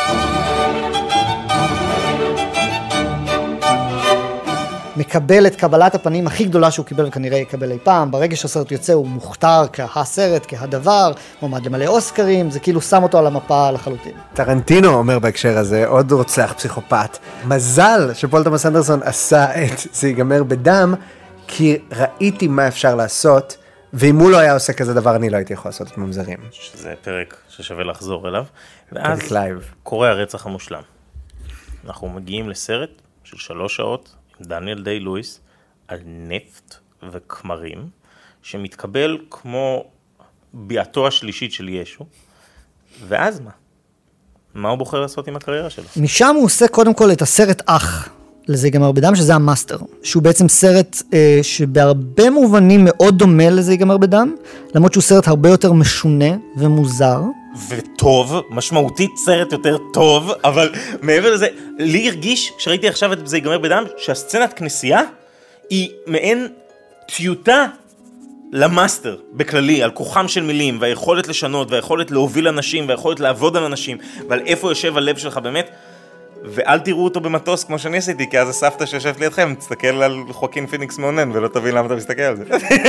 מקבל את קבלת הפנים הכי גדולה שהוא קיבל וכנראה יקבל אי פעם. ברגע שהסרט יוצא הוא מוכתר כהסרט, כהדבר, מועמד למלא אוסקרים, זה כאילו שם אותו על המפה לחלוטין. טרנטינו אומר בהקשר הזה, עוד רוצח פסיכופת. מזל שפול תומאס אנדרסון עשה את זה ייגמר בדם, כי ראיתי מה אפשר לעשות, ואם הוא לא היה עושה כזה דבר, אני לא הייתי יכול לעשות את ממזרים. שזה פרק ששווה לחזור אליו. ואז לייב. קורה הרצח המושלם. אנחנו מגיעים לסרט של 3 שעות, דניאל די לואיס, על נפט וכמרים, שמתקבל כמו ביאתו השלישית של ישו, ואז מה? מה הוא בוחר לעשות עם הקריירה שלו? משם הוא עושה קודם כל את הסרט אח, לזה ייגמר בדם, שזה המאסטר, שהוא בעצם סרט שבהרבה מובנים מאוד דומה לזה ייגמר בדם, למרות שהוא סרט הרבה יותר משונה ומוזר. וטוב, משמעותית סרט יותר טוב, אבל מעבר לזה, לי הרגיש, כשראיתי עכשיו את זה ייגמר בדם, שהסצנת כנסייה היא מעין טיוטה למאסטר בכללי, על כוחם של מילים, והיכולת לשנות, והיכולת להוביל אנשים, והיכולת לעבוד על אנשים, ועל איפה יושב הלב שלך באמת, ואל תראו אותו במטוס כמו שאני עשיתי, כי אז הסבתא שיושבת לידכם, תסתכל על חואקין פיניקס מעונן, ולא תבין למה אתה מסתכל על זה.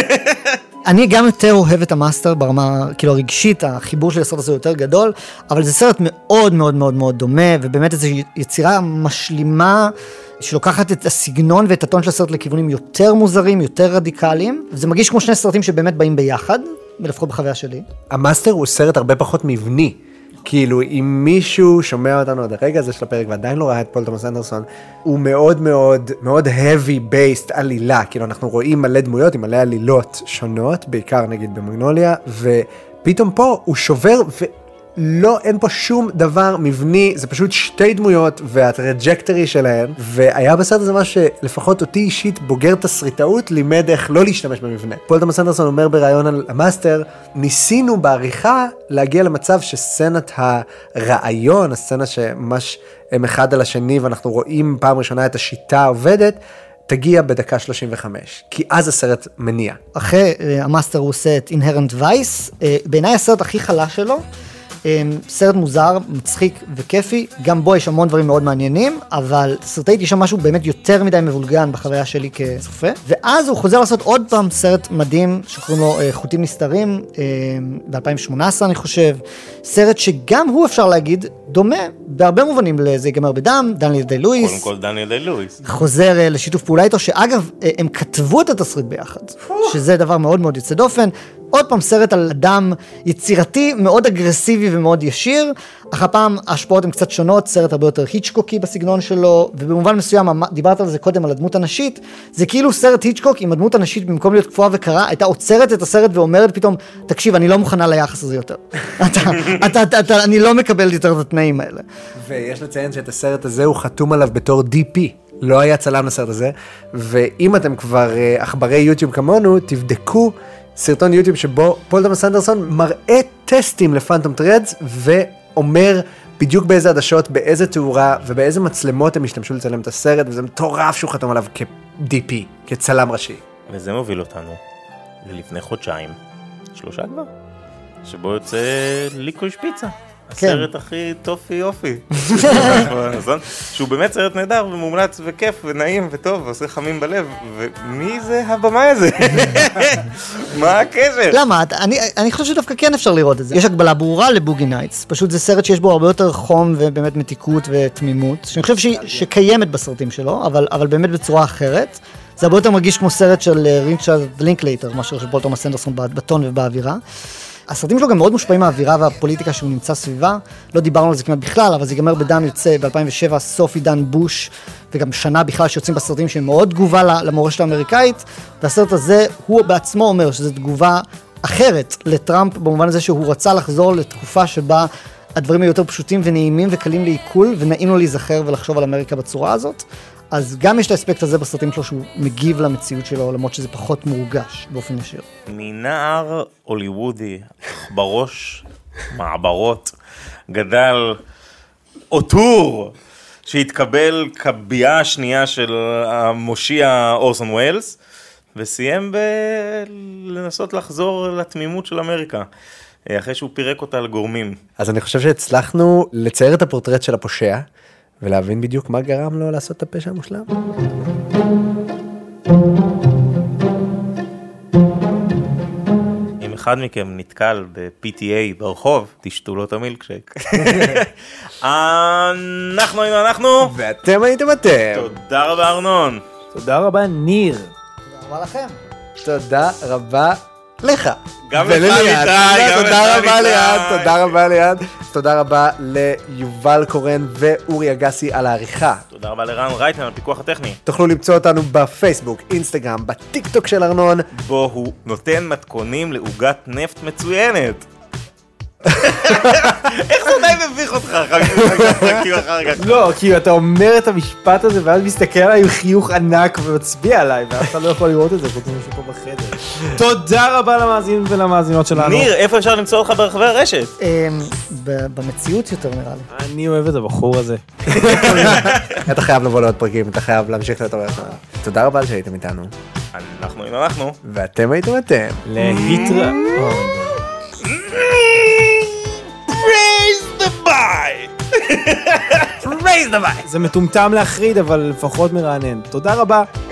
אני גם יותר אוהב את המאסטר ברמה, כאילו הרגשית, החיבור של הסרט הזה יותר גדול, אבל זה סרט מאוד מאוד מאוד מאוד דומה, ובאמת איזו יצירה משלימה, שלוקחת את הסגנון ואת הטון של הסרט לכיוונים יותר מוזרים, יותר רדיקליים, וזה מרגיש כמו 2 סרטים שבאמת באים ביחד, לפחות בחוויה שלי. המאסטר הוא סרט הרבה פחות מבני. כאילו, אם מישהו שומע אותנו עד הרגע הזה של הפרק ועדיין לא ראה את פול תומאס אנדרסון, הוא מאוד מאוד, מאוד heavy based עלילה. כאילו, אנחנו רואים מלא דמויות עם מלא עלילות שונות, בעיקר נגיד במגנוליה, ופתאום פה הוא שובר לא, אין פה שום דבר מבני, זה פשוט 2 דמויות והטראג'קטורי שלהן, והיה בסרט הזה מה שלפחות אותי אישית בוגר תסריטאות לימד איך לא להשתמש במבנה. פול תומאס אנדרסון אומר בראיון על המאסטר, ניסינו בעריכה להגיע למצב שסצנת הרעיון, הסצנה שממש הם אחד על השני ואנחנו רואים פעם ראשונה את השיטה עובדת, תגיע בדקה 35, כי אז הסרט מניע. אחרי המאסטר הוא עושה את Inherent Vice, בעיניי הסרט הכי חלש שלו, סרט מוזר, מצחיק וכיפי, גם בו יש המון דברים מאוד מעניינים, אבל סרטי יש שם משהו באמת יותר מדי מבולגן בחוויה שלי כצופה, ואז הוא חוזר לעשות עוד פעם סרט מדהים שקוראים לו חוטים נסתרים, ב-2018 אני חושב, סרט שגם הוא אפשר להגיד דומה בהרבה מובנים לזה ייגמר בדם, דניאל די לואיס. קודם כל דניאל די לואיס. חוזר לשיתוף פעולה איתו, שאגב, הם כתבו את התסריט ביחד, שזה דבר מאוד מאוד יוצא דופן. עוד פעם סרט על אדם יצירתי, מאוד אגרסיבי ומאוד ישיר, אך הפעם ההשפעות הן קצת שונות, סרט הרבה יותר היצ'קוקי בסגנון שלו, ובמובן מסוים, דיברת על זה קודם על הדמות הנשית, זה כאילו סרט היצ'קוק עם הדמות הנשית במקום להיות קפואה וקרה, הייתה עוצרת את הסרט ואומרת פתאום, תקשיב, אני לא מוכנה ליחס הזה יותר. אני לא מקבל יותר את התנאים האלה. ויש לציין שאת הסרט הזה הוא חתום עליו בתור DP. לא היה צלם לסרט הזה, ואם אתם כבר עכברי יוטיוב כמונו, תבדקו סרטון יוטיוב שבו פול תומאס אנדרסון מראה טסטים לפנטום טרדס, ואומר בדיוק באיזה עדשות, באיזה תאורה, ובאיזה מצלמות הם השתמשו לצלם את הסרט, וזה מטורף שהוא חתום עליו כ-DP, כצלם ראשי. וזה מוביל אותנו ללפני חודשיים, 3 כבר, שבו יוצא ליקוש פיצה. הסרט הכי טופי יופי. שהוא באמת סרט נהדר ומומלץ וכיף ונעים וטוב ועושה חמים בלב. ומי זה הבמאי הזה? מה הקשר? למה? אני חושב שדווקא כן אפשר לראות את זה. יש הגבלה ברורה לבוגי נייטס. פשוט זה סרט שיש בו הרבה יותר חום ובאמת מתיקות ותמימות. שאני חושב שקיימת בסרטים שלו, אבל באמת בצורה אחרת. זה הרבה יותר מרגיש כמו סרט של ריצ'רד לינקלייטר, מאשר של פול תומאס אנדרסון בטון ובאווירה. הסרטים שלו גם מאוד מושפעים מהאווירה והפוליטיקה שהוא נמצא סביבה, לא דיברנו על זה כמעט בכלל, אבל זה ייגמר בדם יוצא ב-2007, סוף עידן בוש, וגם שנה בכלל שיוצאים בסרטים שהם מאוד תגובה למורשת האמריקאית, והסרט הזה הוא בעצמו אומר שזו תגובה אחרת לטראמפ, במובן הזה שהוא רצה לחזור לתקופה שבה הדברים היו יותר פשוטים ונעימים וקלים לעיכול, ונעים לו להיזכר ולחשוב על אמריקה בצורה הזאת. אז גם יש את האספקט הזה בסרטים שלו שהוא מגיב למציאות שלו, למרות שזה פחות מורגש באופן ישיר. מנער הוליוודי, בראש מעברות, גדל אוטור שהתקבל כביעה השנייה של המושיע אורסון ווילס, וסיים לנסות לחזור לתמימות של אמריקה, אחרי שהוא פירק אותה לגורמים. אז אני חושב שהצלחנו לצייר את הפורטרט של הפושע, ולהבין בדיוק מה גרם לו לעשות את הפשע המושלם. אם אחד מכם נתקל ב-PTA ברחוב, תשתו לו את המילקשייק. אנחנו היינו אנחנו. ואתם הייתם אתם. תודה רבה ארנון. תודה רבה ניר. תודה רבה לכם. תודה רבה לך. גם לך איתי. תודה רבה ליד, תודה רבה ליד. תודה רבה ליובל קורן ואורי אגסי על העריכה. תודה רבה לרן רייטמן על הפיקוח הטכני. תוכלו למצוא אותנו בפייסבוק, אינסטגרם, בטיק טוק של ארנון. בו הוא נותן מתכונים לעוגת נפט מצוינת. איך זה עדיין מביך אותך אחר כך? לא, כי אתה אומר את המשפט הזה ואז מסתכל עליי עם חיוך ענק ומצביע עליי, ואתה לא יכול לראות את זה, חוץ מישהו פה בחדר. תודה רבה למאזינים ולמאזינות שלנו. ניר, איפה אפשר למצוא אותך ברחבי הרשת? במציאות יותר נראה לי. אני אוהב את הבחור הזה. אתה חייב לבוא לעוד פרקים, אתה חייב להמשיך לתורך. תודה רבה שהייתם איתנו. אנחנו היינו אנחנו. ואתם הייתם אתם. להתראות. Raise the buy! Raise the buy! זה מטומטם להחריד, אבל לפחות מרענן. תודה רבה.